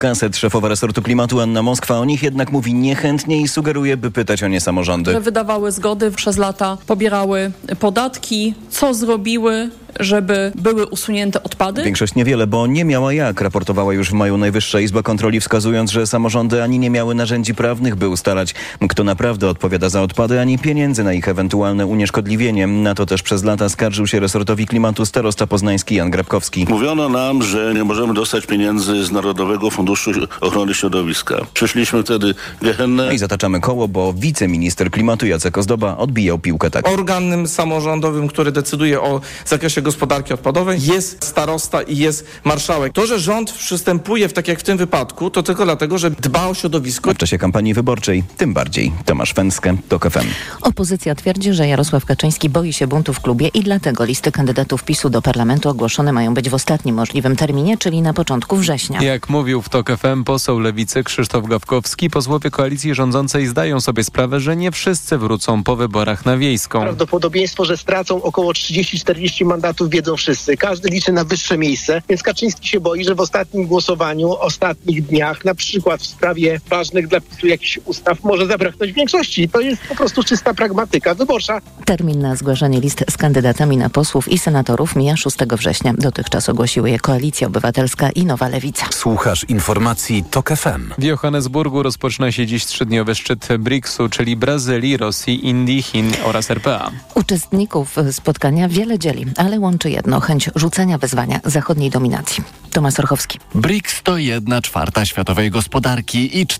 Kaset, szefowa resortu klimatu Anna Moskwa o nich jednak mówi niechętnie i sugeruje, by pytać o nie samorządy. Wydawały zgody, przez lata pobierały podatki. Co zrobiły, żeby były usunięte odpady? Większość niewiele, bo nie miała jak, raportowała już w maju Najwyższa Izba Kontroli, wskazując, że samorządy ani nie miały narzędzi prawnych, by ustalać, kto naprawdę odpowiada za odpady, ani pieniędzy na ich ewentualne unieszkodliwienie. Na to też przez lata skarżył się resortowi klimatu starosta poznański Jan Grabkowski. Mówiono nam, że nie możemy dostać pieniędzy z Narodowego Funduszu Ochrony Środowiska. Przyszliśmy wtedy gehennę. No i zataczamy koło, bo wiceminister klimatu Jacek Ozdoba odbijał piłkę tak. Organem samorządowym, który decyduje o zakresie gospodarki odpadowej, jest starosta i jest marszałek. To, że rząd przystępuje tak jak w tym wypadku, to tylko dlatego, że dba o środowisko. W czasie kampanii wyborczej tym bardziej. Tomasz Węskę, TOK FM. Opozycja twierdzi, że Jarosław Kaczyński boi się buntu w klubie i dlatego listy kandydatów PiS-u do parlamentu ogłoszone mają być w ostatnim możliwym terminie, czyli na początku września. Jak mówił w TOK FM poseł Lewicy Krzysztof Gawkowski, posłowie koalicji rządzącej zdają sobie sprawę, że nie wszyscy wrócą po wyborach na Wiejską. Prawdopodobieństwo, że stracą około 30-40 mandatów, wiedzą wszyscy. Każdy liczy na wyższe miejsce, więc Kaczyński się boi, że w ostatnim głosowaniu, ostatnich dniach, na przykład w sprawie ważnych dla PiS-u jakichś ustaw, może zabraknąć większości. To jest po prostu czysta pragmatyka wyborcza. Termin na zgłaszanie list z kandydatami na posłów i senatorów mija 6 września. Dotychczas ogłosiły je Koalicja Obywatelska i Nowa Lewica. Słuchasz informacji TOK FM. W Johannesburgu rozpoczyna się dziś 3-dniowy szczyt BRICS-u, czyli Brazylii, Rosji, Indii, Chin oraz RPA. Uczestników spotkania wiele dzieli, ale łączy jedno: chęć rzucenia wyzwania zachodniej dominacji. Tomasz Orchowski. BRICS to 1/4 światowej gospodarki i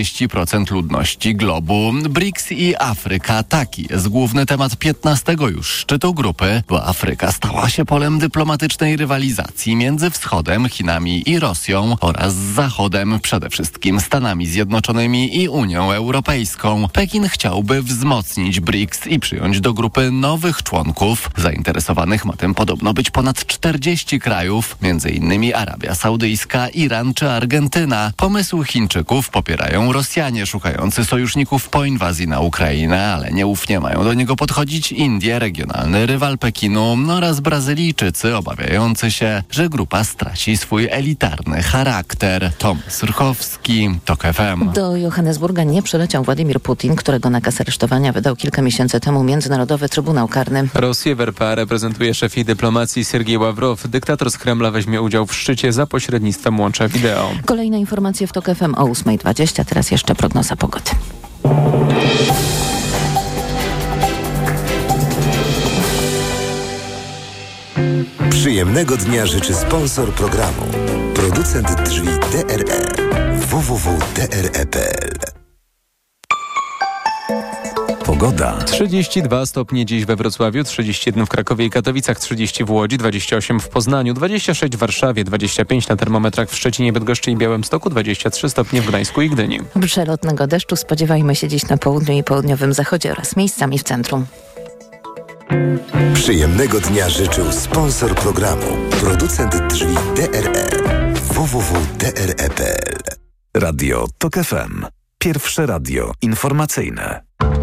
40% ludności globu. BRICS i Afryka, taki jest główny temat 15. już szczytu grupy, bo Afryka stała się polem dyplomatycznej rywalizacji między Wschodem, Chinami i Rosją oraz Zachodem, przede wszystkim Stanami Zjednoczonymi i Unią Europejską. Pekin chciałby wzmocnić BRICS i przyjąć do grupy nowych członków. Zainteresowanych ma tym podobno być ponad 40 krajów, m.in. Arabia Saudyjska, Iran czy Argentyna. Pomysł Chińczyków popierają Rosjanie szukający sojuszników po inwazji na Ukrainę, ale nieufnie mają do niego podchodzić Indie, regionalny rywal Pekinu, oraz Brazylijczycy obawiający się, że grupa straci swój elitarny charakter. Tomasz Orchowski, TOK FM. Do Johannesburga nie przyleciał Władimir Putin, którego nakaz aresztowania wydał kilka miesięcy temu Międzynarodowy Trybunał Karny. Rosję w RPA reprezentuje szef jej dyplomacji Sergiej Ławrow. Dyktator z Kremla weźmie udział w szczycie za pośrednictwem łącza wideo. Kolejne informacje w TOK FM o 8:20. Teraz jeszcze prognoza pogody. Przyjemnego dnia życzy sponsor programu. Producent drzwi DRE. www.dre.pl. Pogoda. 32 stopnie dziś we Wrocławiu, 31 w Krakowie i Katowicach, 30 w Łodzi, 28 w Poznaniu, 26 w Warszawie, 25 na termometrach w Szczecinie, Bydgoszczy i Białymstoku, 23 stopnie w Gdańsku i Gdyni. Przelotnego deszczu spodziewajmy się dziś na południu i południowym zachodzie oraz miejscami w centrum. Przyjemnego dnia życzył sponsor programu. Producent drzwi DRE. www.dre.pl. Radio TOK FM. Pierwsze radio informacyjne.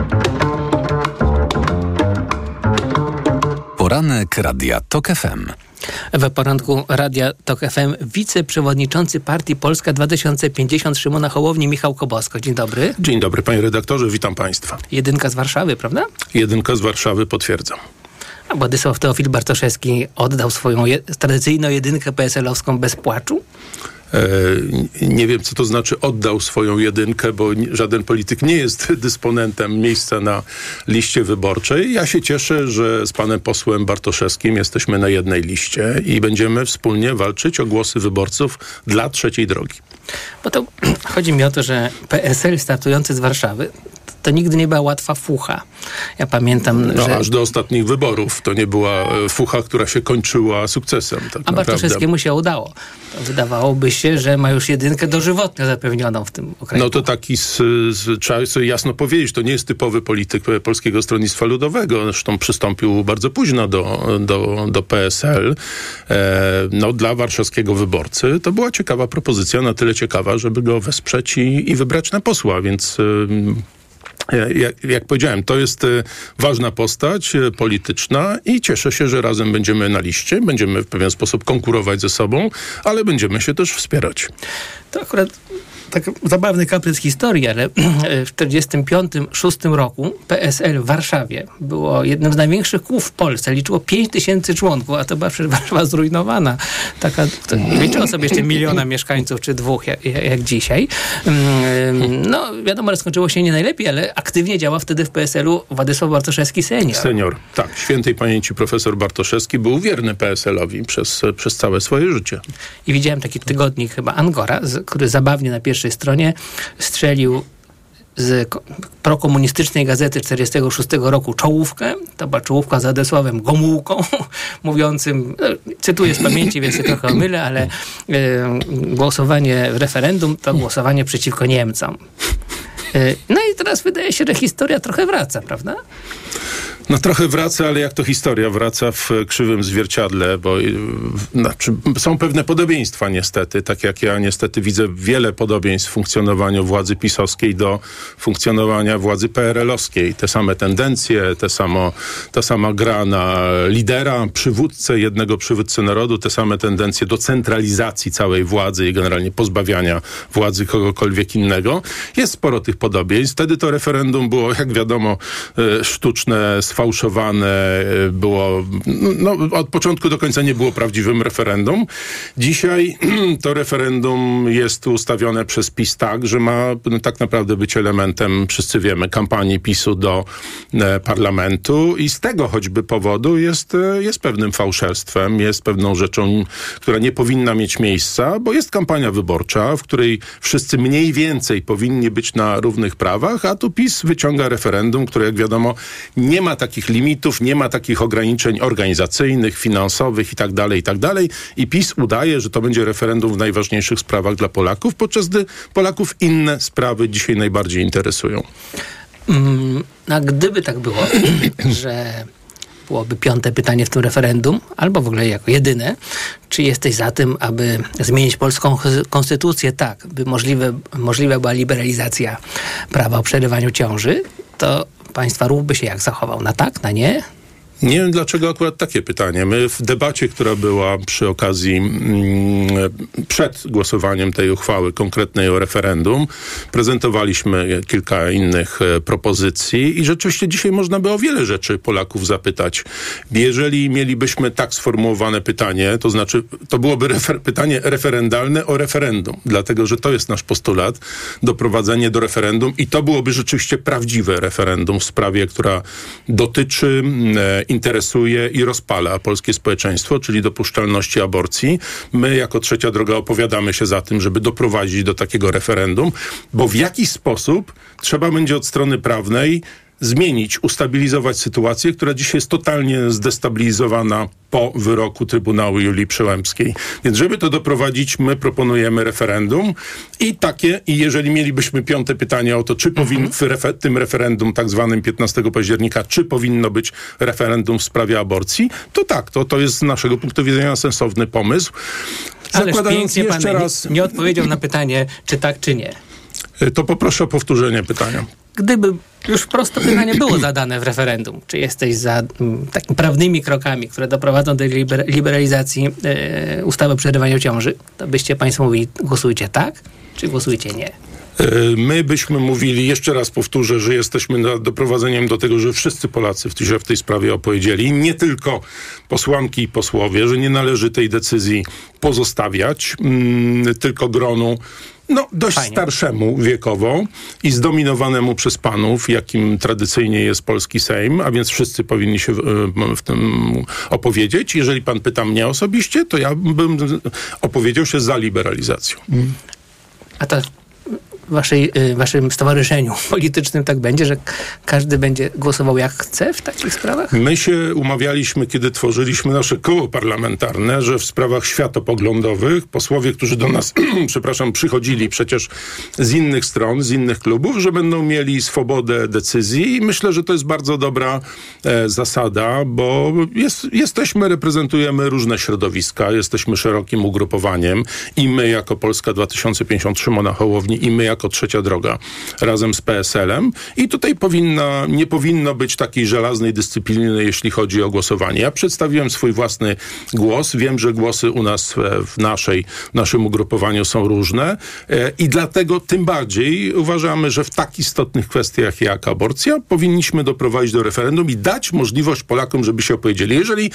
Poranek Radia TOK FM. W poranku Radia TOK FM wiceprzewodniczący Partii Polska 2050 Szymona Hołowni Michał Kobosko. Dzień dobry. Dzień dobry, panie redaktorze, witam państwa. Jedynka z Warszawy, prawda? Jedynka z Warszawy, potwierdzam. A Władysław Teofil Bartoszewski oddał swoją tradycyjną jedynkę PSL-owską bez płaczu? Nie wiem, co to znaczy oddał swoją jedynkę, bo żaden polityk nie jest dysponentem miejsca na liście wyborczej. Ja się cieszę, że z panem posłem Bartoszewskim jesteśmy na jednej liście i będziemy wspólnie walczyć o głosy wyborców dla trzeciej drogi. Bo to chodzi mi o to, że PSL startujący z Warszawy to nigdy nie była łatwa fucha. Ja pamiętam, że... Aż do ostatnich wyborów to nie była fucha, która się kończyła sukcesem. Tak a Bartoszewskiemu się udało. To wydawałoby się, że ma już jedynkę dożywotnio zapewnioną w tym okręgu. No to taki, trzeba sobie jasno powiedzieć, to nie jest typowy polityk Polskiego Stronnictwa Ludowego. Zresztą przystąpił bardzo późno do PSL. Dla warszawskiego wyborcy to była ciekawa propozycja, na tyle ciekawa, żeby go wesprzeć i wybrać na posła, więc... Jak powiedziałem, to jest ważna postać polityczna i cieszę się, że razem będziemy na liście, będziemy w pewien sposób konkurować ze sobą, ale będziemy się też wspierać. To akurat tak zabawny kaprys historii, ale w 1945-1946 roku PSL w Warszawie było jednym z największych kół w Polsce. Liczyło 5000 członków, a to była przecież Warszawa zrujnowana. Nie liczyło sobie jeszcze 1 miliona mieszkańców, czy 2 jak dzisiaj. No wiadomo, że skończyło się nie najlepiej, ale aktywnie działa wtedy w PSL-u Władysław Bartoszewski senior. Senior, tak. Świętej pamięci profesor Bartoszewski był wierny PSL-owi przez całe swoje życie. I widziałem taki tygodnik chyba Angora, który zabawnie na pierwszej stronie strzelił z prokomunistycznej gazety 1946 roku czołówkę. To była czołówka z Władysławem Gomułką, mówiącym, cytuję z pamięci, więc się trochę omylę, ale głosowanie w referendum to głosowanie przeciwko Niemcom. No i teraz wydaje się, że historia trochę wraca, prawda? No trochę wraca, ale jak to historia wraca w krzywym zwierciadle, bo są pewne podobieństwa niestety, tak jak ja niestety widzę wiele podobieństw w funkcjonowaniu władzy pisowskiej do funkcjonowania władzy PRL-owskiej. Te same tendencje, ta sama gra na lidera, jednego przywódcę narodu, te same tendencje do centralizacji całej władzy i generalnie pozbawiania władzy kogokolwiek innego. Jest sporo tych podobieństw. Wtedy to referendum było, jak wiadomo, sztuczne, sfałszowane, było, od początku do końca nie było prawdziwym referendum. Dzisiaj to referendum jest ustawione przez PiS tak, że ma tak naprawdę być elementem, wszyscy wiemy, kampanii PiS-u do parlamentu i z tego choćby powodu jest pewnym fałszerstwem, jest pewną rzeczą, która nie powinna mieć miejsca, bo jest kampania wyborcza, w której wszyscy mniej więcej powinni być na równych prawach, a tu PiS wyciąga referendum, które jak wiadomo nie ma takich limitów, nie ma takich ograniczeń organizacyjnych, finansowych i tak dalej. I PiS udaje, że to będzie referendum w najważniejszych sprawach dla Polaków, podczas gdy Polaków inne sprawy dzisiaj najbardziej interesują. A gdyby tak było, że byłoby 5. pytanie w tym referendum, albo w ogóle jako jedyne, czy jesteś za tym, aby zmienić polską konstytucję tak, by możliwa była liberalizacja prawa o przerywaniu ciąży, to państwa ruch by się jak zachował? Na tak, na nie? Nie wiem, dlaczego akurat takie pytanie. My w debacie, która była przy okazji przed głosowaniem tej uchwały konkretnej o referendum, prezentowaliśmy kilka innych propozycji i rzeczywiście dzisiaj można by o wiele rzeczy Polaków zapytać. Jeżeli mielibyśmy tak sformułowane pytanie, to znaczy to byłoby pytanie referendalne o referendum, dlatego że to jest nasz postulat, doprowadzenie do referendum i to byłoby rzeczywiście prawdziwe referendum w sprawie, która dotyczy interesuje i rozpala polskie społeczeństwo, czyli dopuszczalności aborcji. My jako Trzecia Droga opowiadamy się za tym, żeby doprowadzić do takiego referendum, bo w jakiś sposób trzeba będzie od strony prawnej zmienić, ustabilizować sytuację, która dzisiaj jest totalnie zdestabilizowana po wyroku Trybunału Julii Przyłębskiej. Więc żeby to doprowadzić, my proponujemy referendum i jeżeli mielibyśmy 5. pytanie o to, czy powinno w tym referendum tak zwanym 15 października, czy powinno być referendum w sprawie aborcji, to tak, to jest z naszego punktu widzenia sensowny pomysł. Ależ pięknie pan nie odpowiedział na pytanie, czy tak, czy nie. To poproszę o powtórzenie pytania. Gdyby już prosto pytanie było zadane w referendum, czy jesteś za takimi prawnymi krokami, które doprowadzą do liberalizacji ustawy o przerywaniu ciąży, to byście państwo mówili, głosujcie tak, czy głosujcie nie? My byśmy mówili, jeszcze raz powtórzę, że jesteśmy nad doprowadzeniem do tego, że wszyscy Polacy się w tej sprawie opowiedzieli, nie tylko posłanki i posłowie, że nie należy tej decyzji pozostawiać tylko gronu dość starszemu wiekowo i zdominowanemu przez panów, jakim tradycyjnie jest polski Sejm, a więc wszyscy powinni się w tym opowiedzieć. Jeżeli pan pyta mnie osobiście, to ja bym opowiedział się za liberalizacją. A to w waszym stowarzyszeniu politycznym tak będzie, że każdy będzie głosował jak chce w takich sprawach? My się umawialiśmy, kiedy tworzyliśmy nasze koło parlamentarne, że w sprawach światopoglądowych posłowie, którzy do nas, przychodzili przecież z innych stron, z innych klubów, że będą mieli swobodę decyzji i myślę, że to jest bardzo dobra zasada, bo reprezentujemy różne środowiska, jesteśmy szerokim ugrupowaniem i my jako Polska 2050 Szymona Hołowni i my jako Trzecia Droga razem z PSL-em i tutaj nie powinno być takiej żelaznej dyscypliny, jeśli chodzi o głosowanie. Ja przedstawiłem swój własny głos. Wiem, że głosy u nas w naszym ugrupowaniu są różne i dlatego tym bardziej uważamy, że w tak istotnych kwestiach jak aborcja powinniśmy doprowadzić do referendum i dać możliwość Polakom, żeby się opowiedzieli. Jeżeli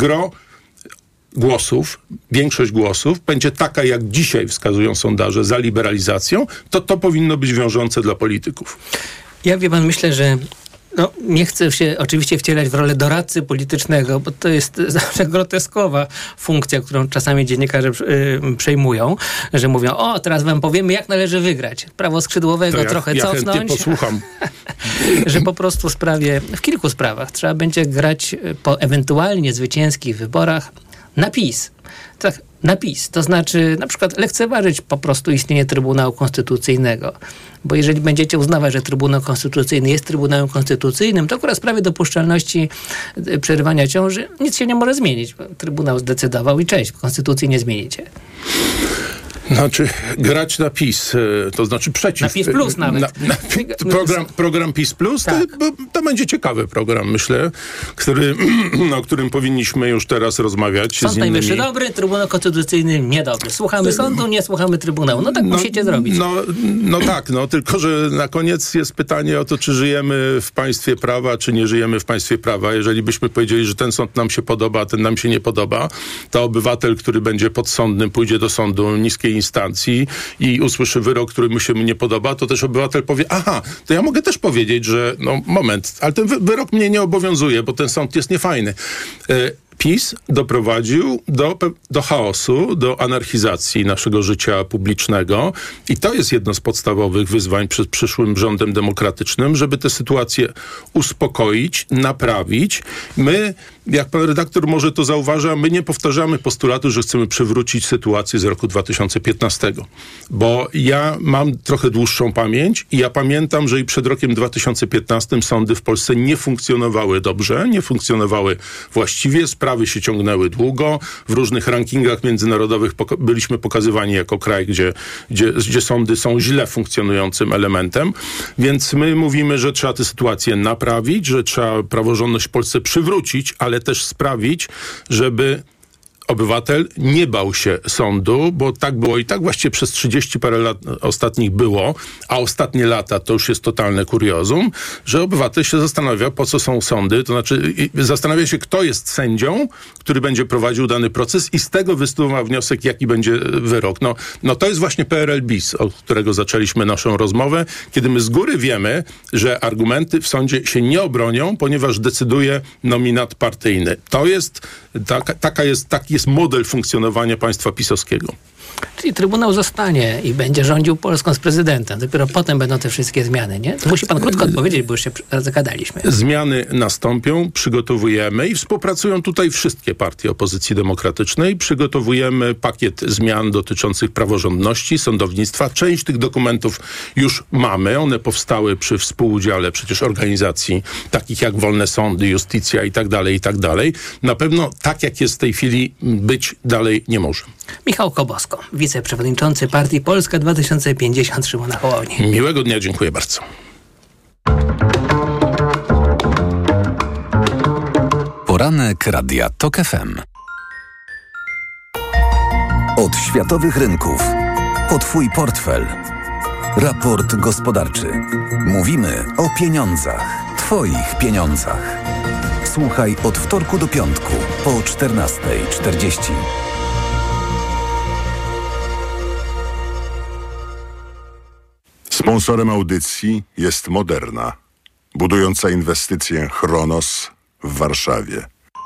większość głosów będzie taka, jak dzisiaj wskazują sondaże, za liberalizacją, to powinno być wiążące dla polityków. Ja, wie pan, myślę, że nie chcę się oczywiście wcielać w rolę doradcy politycznego, bo to jest zawsze groteskowa funkcja, którą czasami dziennikarze przejmują, że mówią, teraz wam powiemy, jak należy wygrać. Prawo skrzydłowego trochę cofnąć. Ja chętnie posłucham. Że po prostu w kilku sprawach trzeba będzie grać po ewentualnie zwycięskich wyborach na PiS. Tak, na PiS. To znaczy na przykład lekceważyć po prostu istnienie Trybunału Konstytucyjnego. Bo jeżeli będziecie uznawać, że Trybunał Konstytucyjny jest Trybunałem Konstytucyjnym, to akurat w sprawie dopuszczalności przerywania ciąży nic się nie może zmienić. Trybunał zdecydował i cześć, w Konstytucji nie zmienicie. Znaczy, grać na PiS, to znaczy przeciw. Na PiS Plus nawet. Program PiS Plus, tak. To będzie ciekawy program, myślę, o którym powinniśmy już teraz rozmawiać. Sąd Najwyższy dobry, Trybunał Konstytucyjny niedobry. Słuchamy sądu, nie słuchamy Trybunału. Tak musicie zrobić. Tylko że na koniec jest pytanie o to, czy żyjemy w państwie prawa, czy nie żyjemy w państwie prawa. Jeżeli byśmy powiedzieli, że ten sąd nam się podoba, a ten nam się nie podoba, to obywatel, który będzie podsądnym, pójdzie do sądu niskiej instancji i usłyszy wyrok, który mu się nie podoba, to też obywatel powie, to ja mogę też powiedzieć, że moment, ale ten wyrok mnie nie obowiązuje, bo ten sąd jest niefajny. PiS doprowadził do chaosu, do anarchizacji naszego życia publicznego i to jest jedno z podstawowych wyzwań przed przyszłym rządem demokratycznym, żeby tę sytuację uspokoić, naprawić. My, jak pan redaktor może to zauważa, my nie powtarzamy postulatu, że chcemy przywrócić sytuację z roku 2015, bo ja mam trochę dłuższą pamięć i ja pamiętam, że i przed rokiem 2015 sądy w Polsce nie funkcjonowały dobrze, nie funkcjonowały właściwie, sprawy się ciągnęły długo. W różnych rankingach międzynarodowych byliśmy pokazywani jako kraj, gdzie sądy są źle funkcjonującym elementem. Więc my mówimy, że trzeba tę sytuację naprawić, że trzeba praworządność w Polsce przywrócić, ale też sprawić, żeby obywatel nie bał się sądu, bo tak było i tak właściwie przez 30 parę lat ostatnich było, a ostatnie lata to już jest totalne kuriozum, że obywatel się zastanawia, po co są sądy, to znaczy zastanawia się, kto jest sędzią, który będzie prowadził dany proces i z tego wysuwa wniosek, jaki będzie wyrok. To jest właśnie PRL bis, od którego zaczęliśmy naszą rozmowę, kiedy my z góry wiemy, że argumenty w sądzie się nie obronią, ponieważ decyduje nominat partyjny. To jest, taki jest model funkcjonowania państwa pisowskiego. Czyli Trybunał zostanie i będzie rządził Polską z prezydentem. Dopiero potem będą te wszystkie zmiany, nie? To musi pan krótko odpowiedzieć, bo już się zagadaliśmy. Zmiany nastąpią, przygotowujemy i współpracują tutaj wszystkie partie opozycji demokratycznej. Przygotowujemy pakiet zmian dotyczących praworządności, sądownictwa. Część tych dokumentów już mamy. One powstały przy współudziale przecież organizacji takich jak Wolne Sądy, Justicja i tak dalej. Na pewno tak, jak jest w tej chwili, być dalej nie może. Michał Kobosko, wiceprzewodniczący partii Polska 2050 Szymona Hołowni. Miłego dnia, dziękuję bardzo. Poranek Radia TOK FM. Od światowych rynków po Twój portfel. Raport gospodarczy. Mówimy o pieniądzach. Twoich pieniądzach. Słuchaj od wtorku do piątku po 14:40. Sponsorem audycji jest Moderna, budująca inwestycję Chronos w Warszawie.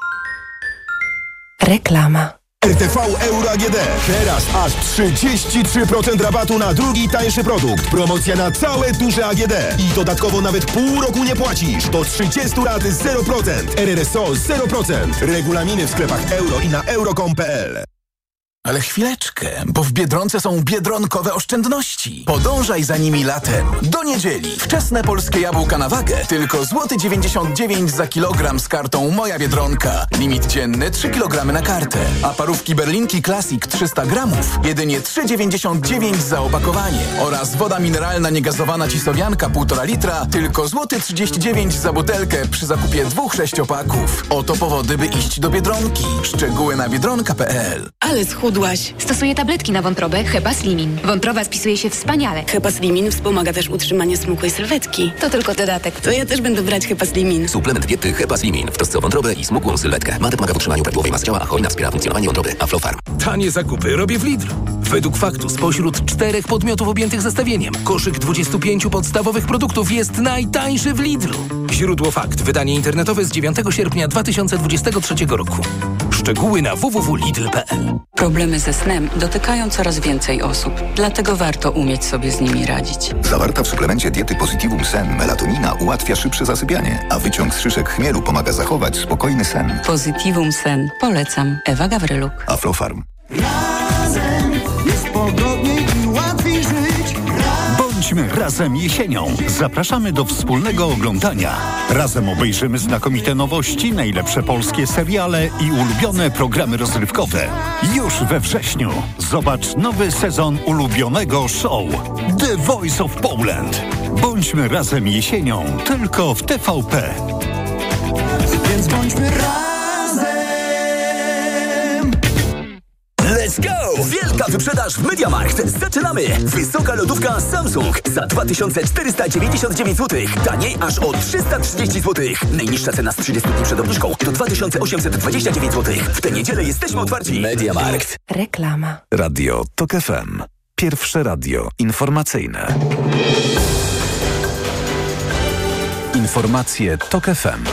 Reklama. RTV Euro AGD. Teraz aż 33% rabatu na drugi tańszy produkt. Promocja na całe duże AGD. I dodatkowo nawet pół roku nie płacisz. Do 30 lat 0%. RRSO 0%. Regulaminy w sklepach euro i na euro.com.pl. Ale chwileczkę, bo w Biedronce są biedronkowe oszczędności. Podążaj za nimi latem. Do niedzieli. Wczesne polskie jabłka na wagę. Tylko złoty 99 za kilogram z kartą Moja Biedronka. Limit dzienny 3 kg na kartę. A parówki Berlinki Classic 300 gramów. Jedynie 3,99 za opakowanie. Oraz woda mineralna niegazowana Cisowianka 1,5 litra. Tylko złoty 39 za butelkę przy zakupie 2 6-paków. Oto powody, by iść do Biedronki. Szczegóły na biedronka.pl. Ale schudłaś. Stosuję tabletki na wątrobę Hepaslimin. Wątroba spisuje się wspaniale. Hepaslimin wspomaga też utrzymanie smukłej sylwetki. To tylko dodatek. To ja też będę brać Hepaslimin. Suplement diety Hepaslimin w trosce o wątrobę i smukłą sylwetkę. Ma pomaga w utrzymaniu prawidłowej masy ciała, a hojna wspiera funkcjonowanie wątroby. Aflofarm. Tanie zakupy robię w Lidlu. Według faktu spośród 4 podmiotów objętych zestawieniem koszyk 25 podstawowych produktów jest najtańszy w Lidlu. Źródło Fakt. Wydanie internetowe z 9 sierpnia 2023 roku. Szczegóły na www.lidl.pl. Problemy ze snem dotykają coraz więcej osób, dlatego warto umieć sobie z nimi radzić. Zawarta w suplemencie diety Positivum Sen melatonina ułatwia szybsze zasypianie, a wyciąg z szyszek chmielu pomaga zachować spokojny sen. Positivum Sen. Polecam. Ewa Gawryluk. Aflofarm. Razem jest pogodniej i łatwiej żyć. Bądźmy razem jesienią. Zapraszamy do wspólnego oglądania. Razem obejrzymy znakomite nowości, najlepsze polskie seriale i ulubione programy rozrywkowe. Już we wrześniu zobacz nowy sezon ulubionego show The Voice of Poland. Bądźmy razem jesienią tylko w TVP. Więc bądźmy razem. Let's go! Wielka wyprzedaż w MediaMarkt. Zaczynamy! Wysoka lodówka Samsung za 2499 zł. Taniej aż o 330 zł. Najniższa cena z 30 dni przed obniżką to 2829 zł. W tę niedzielę jesteśmy otwarci. MediaMarkt. Reklama. Radio TOK FM. Pierwsze radio informacyjne. Informacje TOK FM.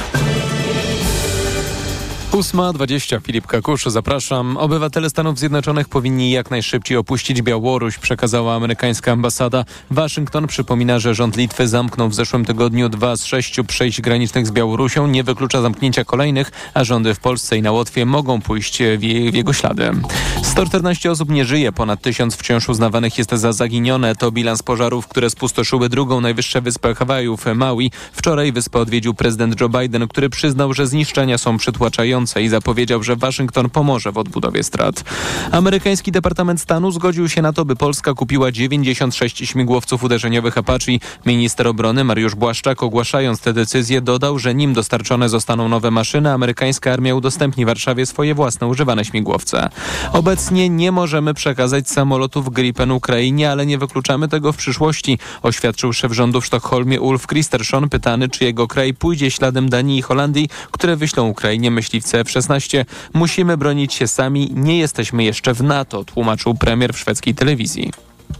8:20. Filip Kakusz, zapraszam. Obywatele Stanów Zjednoczonych powinni jak najszybciej opuścić Białoruś, przekazała amerykańska ambasada. Waszyngton przypomina, że rząd Litwy zamknął w zeszłym tygodniu 2 z 6 przejść granicznych z Białorusią. Nie wyklucza zamknięcia kolejnych, a rządy w Polsce i na Łotwie mogą pójść w jego ślady. 114 osób nie żyje, ponad 1000 wciąż uznawanych jest za zaginione. To bilans pożarów, które spustoszyły drugą najwyższą wyspę Hawajów, Maui. Wczoraj wyspę odwiedził prezydent Joe Biden, który przyznał, że zniszczenia są przytłaczające i zapowiedział, że Waszyngton pomoże w odbudowie strat. Amerykański Departament Stanu zgodził się na to, by Polska kupiła 96 śmigłowców uderzeniowych Apache. Minister obrony Mariusz Błaszczak, ogłaszając tę decyzję, dodał, że nim dostarczone zostaną nowe maszyny, amerykańska armia udostępni Warszawie swoje własne używane śmigłowce. Obecnie nie możemy przekazać samolotów Gripen Ukrainie, ale nie wykluczamy tego w przyszłości, oświadczył szef rządu w Sztokholmie Ulf Kristersson, pytany, czy jego kraj pójdzie śladem Danii i Holandii, które wyślą Ukrainie myśliwce F-16. Musimy bronić się sami, nie jesteśmy jeszcze w NATO, tłumaczył premier w szwedzkiej telewizji.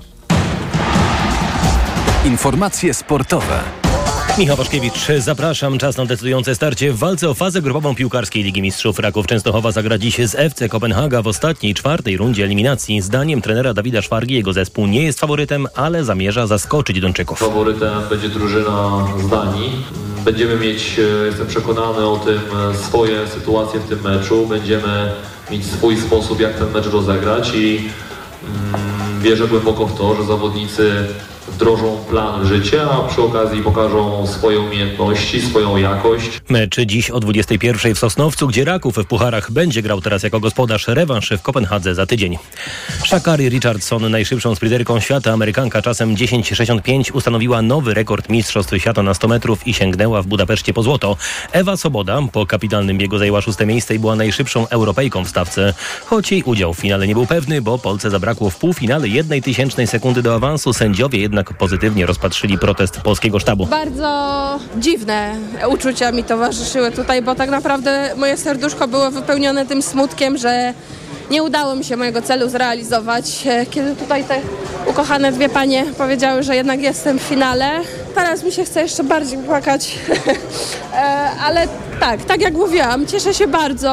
Informacje sportowe. Michał Waszkiewicz, zapraszam. Czas na decydujące starcie w walce o fazę grupową piłkarskiej Ligi Mistrzów. Raków Częstochowa zagra dziś z FC Kopenhaga w ostatniej, 4. rundzie eliminacji. Zdaniem trenera Dawida Szwargi jego zespół nie jest faworytem, ale zamierza zaskoczyć Duńczyków. Faworytem będzie drużyna z Danii. Będziemy mieć, jestem przekonany o tym, swoje sytuacje w tym meczu. Będziemy mieć swój sposób, jak ten mecz rozegrać i wierzę głęboko w to, że zawodnicy wdrożą plan życia, a przy okazji pokażą swoje umiejętności, swoją jakość. Mecz dziś o 21:00 w Sosnowcu, gdzie Raków w pucharach będzie grał teraz jako gospodarz, rewanż w Kopenhadze za tydzień. Sha'Carri Richardson, najszybszą sprinterką świata, Amerykanka czasem 10:65 ustanowiła nowy rekord mistrzostw świata na 100 metrów i sięgnęła w Budapeszcie po złoto. Ewa Soboda po kapitalnym biegu zajęła 6. miejsce i była najszybszą Europejką w stawce. Choć jej udział w finale nie był pewny, bo Polce zabrakło w półfinale 0,01 sekundy do awansu. Sędziowie jednak pozytywnie rozpatrzyli protest polskiego sztabu. Bardzo dziwne uczucia mi towarzyszyły tutaj, bo tak naprawdę moje serduszko było wypełnione tym smutkiem, że nie udało mi się mojego celu zrealizować. Kiedy tutaj te ukochane dwie panie powiedziały, że jednak jestem w finale, teraz mi się chce jeszcze bardziej płakać. Ale tak jak mówiłam, cieszę się bardzo.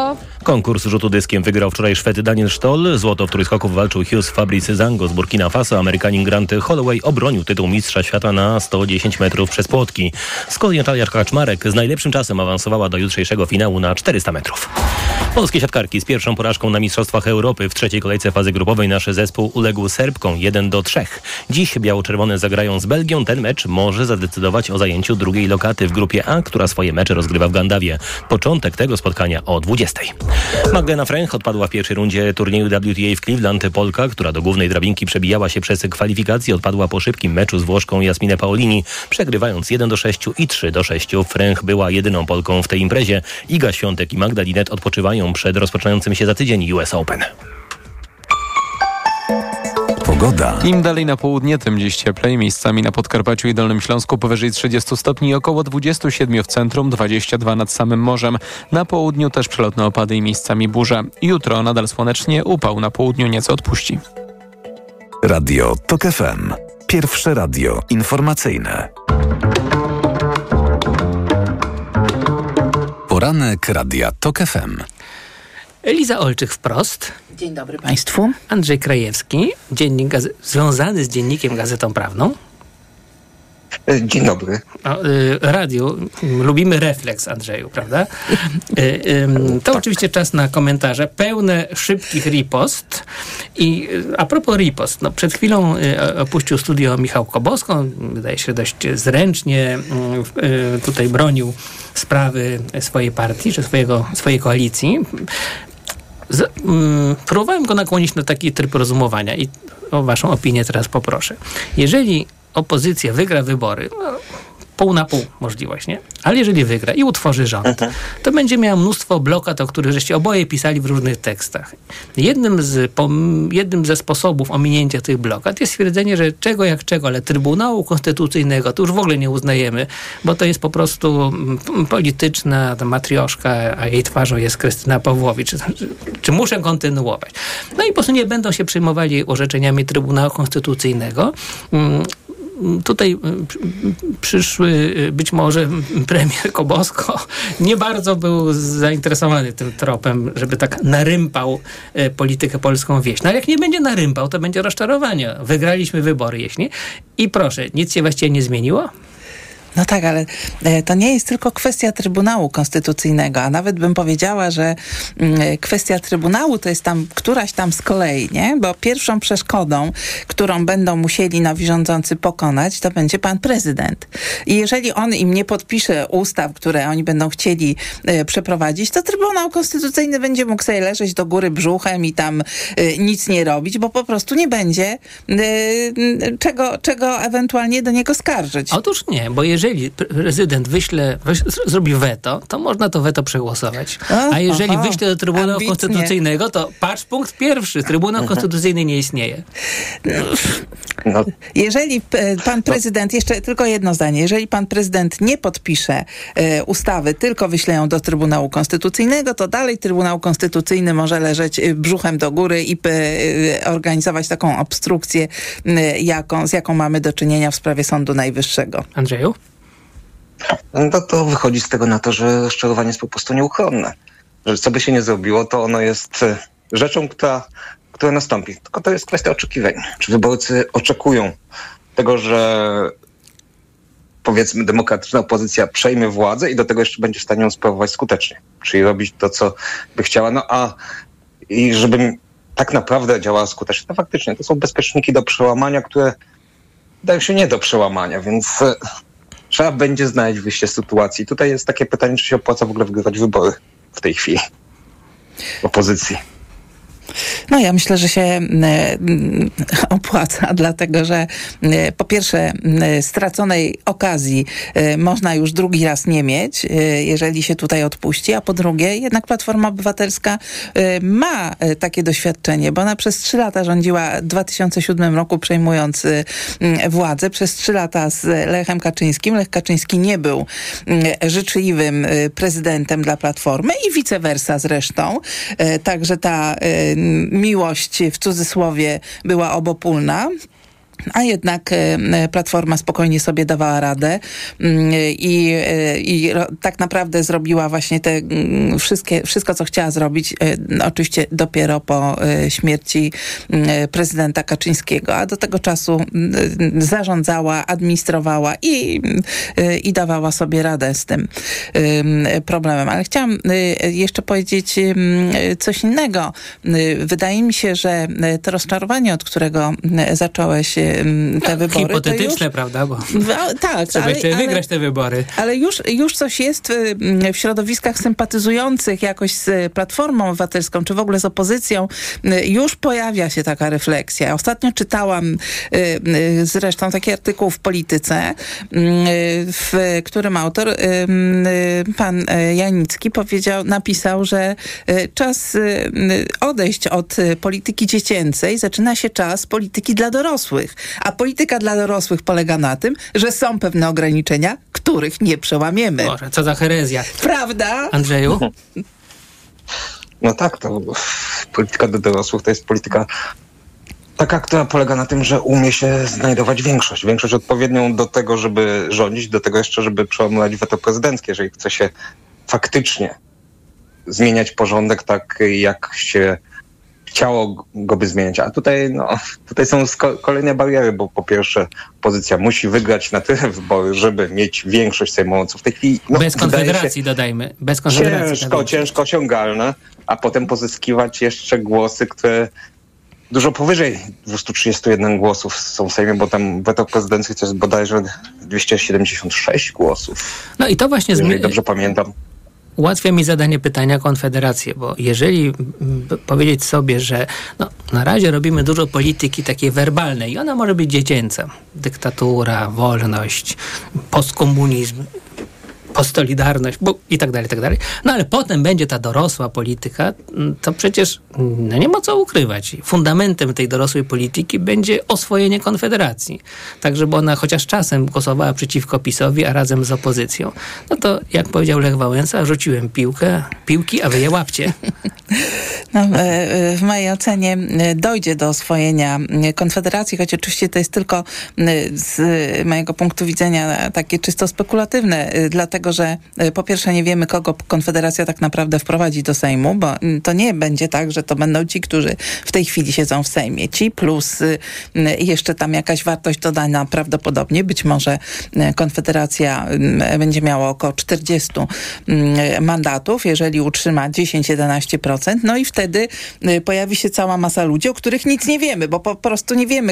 Konkurs rzutu dyskiem wygrał wczoraj Szwed Daniel Stoll. Złoto w trójskoku wywalczył Hughes Fabrice Zango z Burkina Faso. Amerykanin Grant Holloway obronił tytuł mistrza świata na 110 metrów przez płotki. Z kolei Natalia Kaczmarek z najlepszym czasem awansowała do jutrzejszego finału na 400 metrów. Polskie siatkarki z pierwszą porażką na Mistrzostwach Europy w trzeciej kolejce fazy grupowej nasz zespół uległ Serbkom 1-3. Dziś biało-czerwone zagrają z Belgią. Ten mecz może zadecydować o zajęciu drugiej lokaty w grupie A, która swoje mecze rozgrywa w Gandawie. Początek tego spotkania o 20. Magdalena Fręch odpadła w pierwszej rundzie turnieju WTA w Cleveland. Polka, która do głównej drabinki przebijała się przez kwalifikacje, odpadła po szybkim meczu z Włoszką Jasminę Paolini, przegrywając 1-6 i 3-6. Fręch była jedyną Polką w tej imprezie. Iga Świątek i Magda Linet odpoczywają przed rozpoczynającym się za tydzień US Open. Pogoda. Im dalej na południe, tym dziś cieplej. Miejscami na Podkarpaciu i Dolnym Śląsku powyżej 30 stopni, około 27 w centrum, 22 nad samym morzem. Na południu też przelotne opady i miejscami burze. Jutro nadal słonecznie, upał na południu nieco odpuści. Radio TOK FM. Pierwsze radio informacyjne. Poranek Radia TOK FM. Eliza Olczych wprost. Dzień dobry Państwu. Andrzej Krajewski, związany z dziennikiem Gazetą Prawną. Dzień dobry. Radio. Lubimy refleks, Andrzeju, prawda? To oczywiście czas na komentarze pełne szybkich ripost. I a propos ripost, przed chwilą opuścił studio Michał Kobosko. Wydaje się dość zręcznie tutaj bronił sprawy swojej partii, czy swojej koalicji. Próbowałem go nakłonić na taki tryb rozumowania i o waszą opinię teraz poproszę. Jeżeli opozycja wygra wybory, pół na pół możliwość, nie? Ale jeżeli wygra i utworzy rząd, to będzie miała mnóstwo blokad, o których żeście oboje pisali w różnych tekstach. Jednym ze sposobów ominięcia tych blokad jest stwierdzenie, że czego jak czego, ale Trybunału Konstytucyjnego to już w ogóle nie uznajemy, bo to jest po prostu polityczna matrioszka, a jej twarzą jest Krystyna Pawłowicz. Czy muszę kontynuować? No i po prostu nie będą się przejmowali orzeczeniami Trybunału Konstytucyjnego. Tutaj przyszły być może premier Kobosko nie bardzo był zainteresowany tym tropem, żeby tak narympał politykę polską wieś. No ale jak nie będzie narympał, to będzie rozczarowanie. Wygraliśmy wybory, jeśli. I proszę, nic się właściwie nie zmieniło? No tak, ale to nie jest tylko kwestia Trybunału Konstytucyjnego, a nawet bym powiedziała, że kwestia Trybunału to jest tam któraś tam z kolei, nie? Bo pierwszą przeszkodą, którą będą musieli nowi rządzący pokonać, to będzie pan prezydent. I jeżeli on im nie podpisze ustaw, które oni będą chcieli przeprowadzić, to Trybunał Konstytucyjny będzie mógł sobie leżeć do góry brzuchem i tam nic nie robić, bo po prostu nie będzie czego ewentualnie do niego skarżyć. Otóż nie, bo jeżeli prezydent zrobi weto, to można to weto przegłosować. A jeżeli wyśle do Trybunału Konstytucyjnego, to patrz punkt pierwszy. Trybunał Konstytucyjny nie istnieje. Jeżeli pan prezydent, jeszcze tylko jedno zdanie, jeżeli pan prezydent nie podpisze ustawy, tylko wyśle ją do Trybunału Konstytucyjnego, to dalej Trybunał Konstytucyjny może leżeć brzuchem do góry i organizować taką obstrukcję, z jaką mamy do czynienia w sprawie Sądu Najwyższego. Andrzeju? No to wychodzi z tego na to, że rozczarowanie jest po prostu nieuchronne. Że co by się nie zrobiło, to ono jest rzeczą, która nastąpi. Tylko to jest kwestia oczekiwań. Czy wyborcy oczekują tego, że powiedzmy demokratyczna opozycja przejmie władzę i do tego jeszcze będzie w stanie ją sprawować skutecznie. Czyli robić to, co by chciała. I żeby tak naprawdę działała skutecznie, to faktycznie to są bezpieczniki do przełamania, które dają się nie do przełamania, więc trzeba będzie znaleźć wyjście z sytuacji. Tutaj jest takie pytanie, czy się opłaca w ogóle wygrywać wybory w tej chwili opozycji. No ja myślę, że się opłaca, dlatego że po pierwsze straconej okazji można już drugi raz nie mieć, jeżeli się tutaj odpuści, a po drugie jednak Platforma Obywatelska ma takie doświadczenie, bo ona przez 3 lata rządziła w 2007 roku, przejmując władzę, przez 3 lata z Lechem Kaczyńskim. Lech Kaczyński nie był życzliwym prezydentem dla Platformy i vice versa zresztą. Także ta miłość w cudzysłowie była obopólna. A jednak Platforma spokojnie sobie dawała radę i tak naprawdę zrobiła właśnie te wszystko, co chciała zrobić, oczywiście dopiero po śmierci prezydenta Kaczyńskiego, a do tego czasu zarządzała, administrowała i dawała sobie radę z tym problemem. Ale chciałam jeszcze powiedzieć coś innego. Wydaje mi się, że to rozczarowanie, od którego zacząłeś te wybory. Hipotetyczne, prawda? Bo tak, trzeba jeszcze wygrać te wybory. Ale już coś jest w środowiskach sympatyzujących jakoś z Platformą Obywatelską, czy w ogóle z opozycją. Już pojawia się taka refleksja. Ostatnio czytałam zresztą taki artykuł w Polityce, w którym autor, pan Janicki, napisał, że czas odejść od polityki dziecięcej, zaczyna się czas polityki dla dorosłych. A polityka dla dorosłych polega na tym, że są pewne ograniczenia, których nie przełamiemy. Boże, co za herezja. Prawda? Andrzeju? No tak, to polityka dla dorosłych to jest polityka taka, która polega na tym, że umie się znajdować większość. Większość odpowiednią do tego, żeby rządzić, do tego jeszcze, żeby przełamywać weto prezydenckie, jeżeli chce się faktycznie zmieniać porządek tak, jak się chciało go by zmieniać. A tutaj są kolejne bariery, bo po pierwsze opozycja musi wygrać na tyle wybory, żeby mieć większość sejmową, co w tej chwili... bez Konfederacji dodajmy. Bez Konfederacji. Ciężko osiągalne, a potem pozyskiwać jeszcze głosy, które dużo powyżej 231 głosów są w Sejmie, bo tam weto prezydenckie to jest bodajże 276 głosów. No i to właśnie... Jeżeli dobrze pamiętam. Ułatwia mi zadanie pytania Konfederację, bo jeżeli powiedzieć sobie, że na razie robimy dużo polityki takiej werbalnej i ona może być dziecięca. Dyktatura, wolność, postkomunizm, postsolidarność i tak dalej, i tak dalej. No ale potem będzie ta dorosła polityka, to przecież nie ma co ukrywać. Fundamentem tej dorosłej polityki będzie oswojenie Konfederacji. Tak, żeby ona chociaż czasem głosowała przeciwko PiS-owi, a razem z opozycją. No to, jak powiedział Lech Wałęsa, rzuciłem piłki, a wy je łapcie. W mojej ocenie dojdzie do oswojenia Konfederacji, choć oczywiście to jest tylko z mojego punktu widzenia takie czysto spekulatywne, dlatego, że po pierwsze nie wiemy, kogo Konfederacja tak naprawdę wprowadzi do Sejmu, bo to nie będzie tak, że to będą ci, którzy w tej chwili siedzą w Sejmie. Ci plus jeszcze tam jakaś wartość dodana prawdopodobnie. Być może Konfederacja będzie miała około 40 mandatów, jeżeli utrzyma 10-11%. No i wtedy pojawi się cała masa ludzi, o których nic nie wiemy, bo po prostu nie wiemy,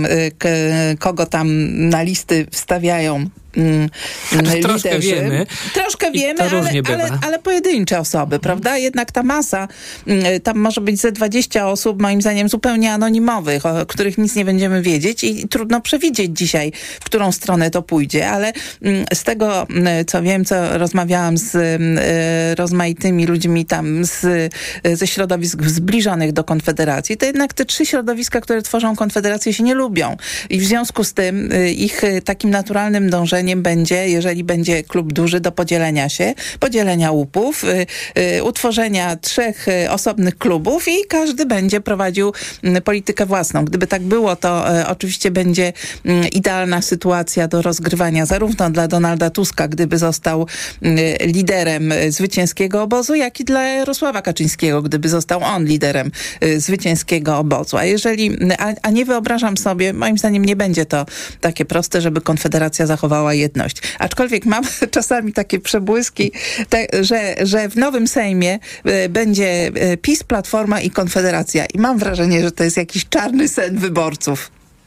kogo tam na listy wstawiają Troszkę wiemy. Troszkę wiemy, ale pojedyncze osoby, prawda? Jednak ta masa, tam może być ze 20 osób, moim zdaniem zupełnie anonimowych, o których nic nie będziemy wiedzieć i trudno przewidzieć dzisiaj, w którą stronę to pójdzie, ale z tego, co wiem, co rozmawiałam z rozmaitymi ludźmi tam ze środowisk zbliżonych do Konfederacji, to jednak te 3 środowiska, które tworzą Konfederację, się nie lubią. I w związku z tym ich takim naturalnym dążeniem będzie, jeżeli będzie klub duży, do podzielenia się, podzielenia łupów, utworzenia 3 osobnych klubów i każdy będzie prowadził politykę własną. Gdyby tak było, to oczywiście będzie idealna sytuacja do rozgrywania zarówno dla Donalda Tuska, gdyby został liderem zwycięskiego obozu, jak i dla Jarosława Kaczyńskiego, gdyby został on liderem zwycięskiego obozu. A nie wyobrażam sobie, moim zdaniem nie będzie to takie proste, żeby Konfederacja zachowała jedność. Aczkolwiek mam czasami takie przebłyski, że w nowym Sejmie będzie PiS, Platforma i Konfederacja. I mam wrażenie, że to jest jakiś czarny sen wyborców.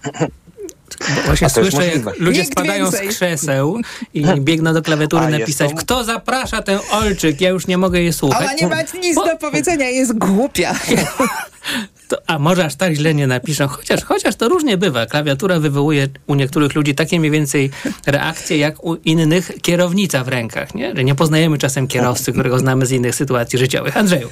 Bo właśnie słyszę, jak ludzie spadają z krzeseł i biegną do klawiatury napisać, kto zaprasza ten Olczyk, ja już nie mogę jej słuchać. Ona nie ma nic do powiedzenia, jest głupia. A może aż tak źle nie napiszą, chociaż to różnie bywa. Klawiatura wywołuje u niektórych ludzi takie mniej więcej reakcje, jak u innych kierownica w rękach, nie? Że nie poznajemy czasem kierowcy, którego znamy z innych sytuacji życiowych. Andrzeju.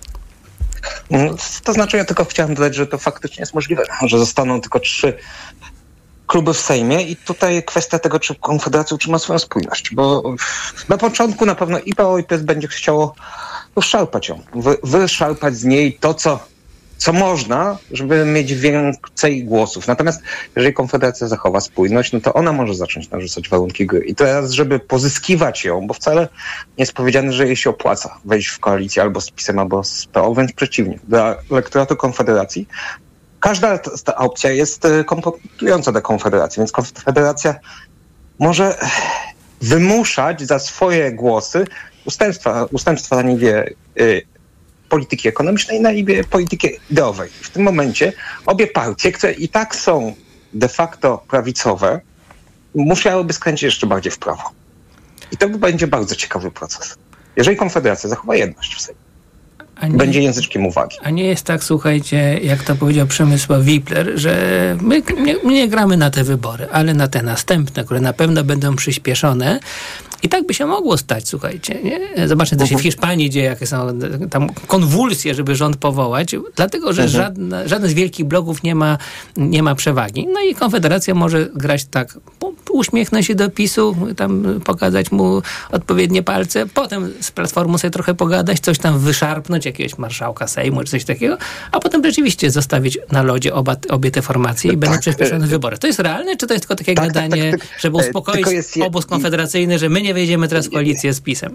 To znaczy, ja tylko chciałem dodać, że to faktycznie jest możliwe, że zostaną tylko 3 kluby w Sejmie i tutaj kwestia tego, czy Konfederacja utrzyma swoją spójność, bo na początku na pewno i PO, i PiS będzie chciało szarpać ją, wyszarpać z niej to, co co można, żeby mieć więcej głosów. Natomiast jeżeli Konfederacja zachowa spójność, no to ona może zacząć narzucać warunki gry. I teraz, żeby pozyskiwać ją, bo wcale nie jest powiedziane, że jej się opłaca wejść w koalicję albo z PiS-em, albo z PO, wręcz przeciwnie. Dla elektoratu Konfederacji każda ta opcja jest kompromitująca dla Konfederacji, więc Konfederacja może wymuszać za swoje głosy ustępstwa na niwie polityki ekonomicznej, na niwie polityki ideowej. W tym momencie obie partie, które i tak są de facto prawicowe, musiałyby skręcić jeszcze bardziej w prawo. I to będzie bardzo ciekawy proces. Jeżeli Konfederacja zachowa jedność w Sejmie, będzie języczkiem uwagi. A nie jest tak, słuchajcie, jak to powiedział Przemysław Wipler, że my nie gramy na te wybory, ale na te następne, które na pewno będą przyspieszone. I tak by się mogło stać, słuchajcie. Nie? Zobaczcie, co się w Hiszpanii dzieje, jakie są tam konwulsje, żeby rząd powołać, dlatego, że żaden z wielkich bloków nie ma przewagi. No i Konfederacja może grać tak, uśmiechnąć się do PiS-u, tam pokazać mu odpowiednie palce, potem z Platformą sobie trochę pogadać, coś tam wyszarpnąć, jakiegoś marszałka Sejmu czy coś takiego, a potem rzeczywiście zostawić na lodzie obie te formacje i będą przyspieszone wybory. To jest realne, czy to jest tylko takie gadanie, żeby uspokoić obóz konfederacyjny, że my nie wejdziemy teraz w koalicję z PiS-em?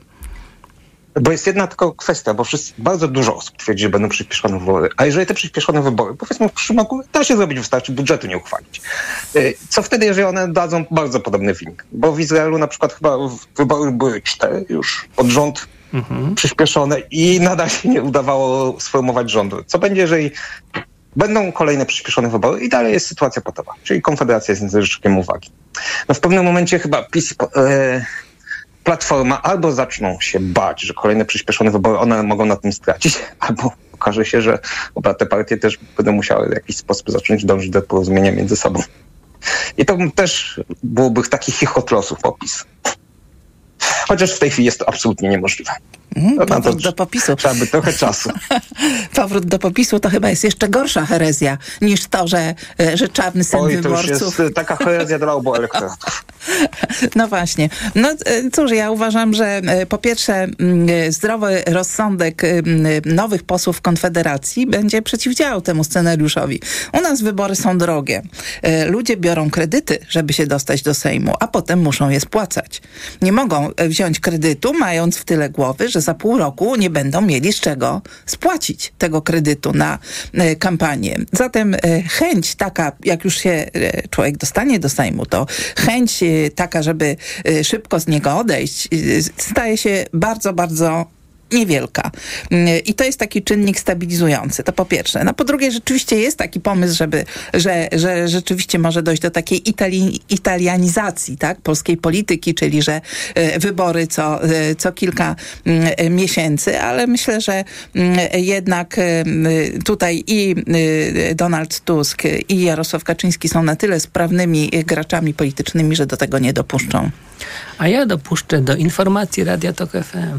Bo jest jedna tylko kwestia, bo bardzo dużo osób twierdzi, że będą przyspieszone wybory. A jeżeli te przyspieszone wybory, powiedzmy w przyszłym roku, da się zrobić, wystarczy budżetu nie uchwalić. Co wtedy, jeżeli one dadzą bardzo podobny wynik? Bo w Izraelu na przykład chyba wybory były 4 już pod rząd przyspieszone i nadal się nie udawało sformować rządu. Co będzie, jeżeli będą kolejne przyspieszone wybory i dalej jest sytuacja patowa, czyli Konfederacja jest języczkiem uwagi. No w pewnym momencie chyba PiS Platforma albo zaczną się bać, że kolejne przyspieszone wybory one mogą na tym stracić, albo okaże się, że oba te partie też będą musiały w jakiś sposób zacząć dążyć do porozumienia między sobą. I to też byłoby taki chichot losów opis. Chociaż w tej chwili jest to absolutnie niemożliwe. Powrót do popisu. Trzeba by trochę czasu. Powrót do popisu to chyba jest jeszcze gorsza herezja niż to, że czarny sen wyborców. To już jest taka herezja dla obu elektoratów. No właśnie. No cóż, ja uważam, że po pierwsze zdrowy rozsądek nowych posłów Konfederacji będzie przeciwdziałał temu scenariuszowi. U nas wybory są drogie. Ludzie biorą kredyty, żeby się dostać do Sejmu, a potem muszą je spłacać. Nie mogą wziąć kredytu, mając w tyle głowy, że za pół roku nie będą mieli z czego spłacić tego kredytu na kampanię. Zatem chęć taka, jak już się człowiek dostanie do Sejmu, to chęć taka, żeby szybko z niego odejść, staje się bardzo, bardzo niewielka. I to jest taki czynnik stabilizujący. To po pierwsze. No po drugie, rzeczywiście jest taki pomysł, że rzeczywiście może dojść do takiej italianizacji, tak, polskiej polityki, czyli że wybory co kilka miesięcy, ale myślę, że jednak tutaj i Donald Tusk i Jarosław Kaczyński są na tyle sprawnymi graczami politycznymi, że do tego nie dopuszczą. A ja dopuszczę do informacji Radia Tok FM.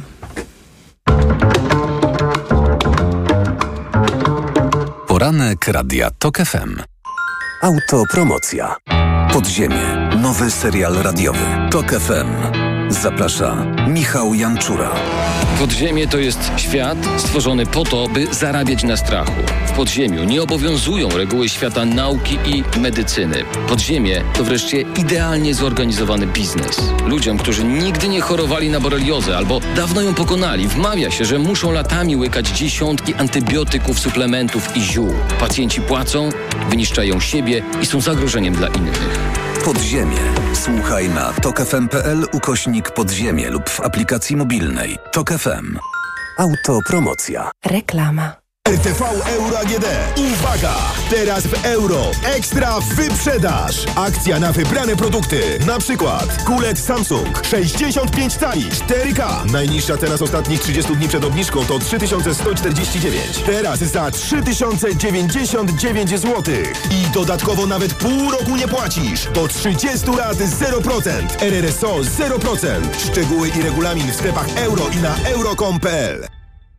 Poranek Radia Tok FM. Autopromocja. Podziemie. Nowy serial radiowy. Tok FM. Zaprasza Michał Janczura. Podziemie to jest świat stworzony po to, by zarabiać na strachu. W podziemiu nie obowiązują reguły świata nauki i medycyny. Podziemie to wreszcie idealnie zorganizowany biznes. Ludziom, którzy nigdy nie chorowali na boreliozę albo dawno ją pokonali, wmawia się, że muszą latami łykać dziesiątki antybiotyków, suplementów i ziół. Pacjenci płacą, wyniszczają siebie i są zagrożeniem dla innych. Podziemie. Słuchaj na tokfm.pl/podziemie lub w aplikacji mobilnej. Tok FM. Autopromocja. Reklama. RTV Euro AGD. Uwaga! Teraz w euro. Ekstra wyprzedaż. Akcja na wybrane produkty. Na przykład kulet Samsung 65 cali 4K. Najniższa teraz ostatnich 30 dni przed obniżką to 3149. Teraz za 3099 zł. I dodatkowo nawet pół roku nie płacisz. Do 30 lat 0%. RRSO 0%. Szczegóły i regulamin w sklepach euro i na euro.com.pl.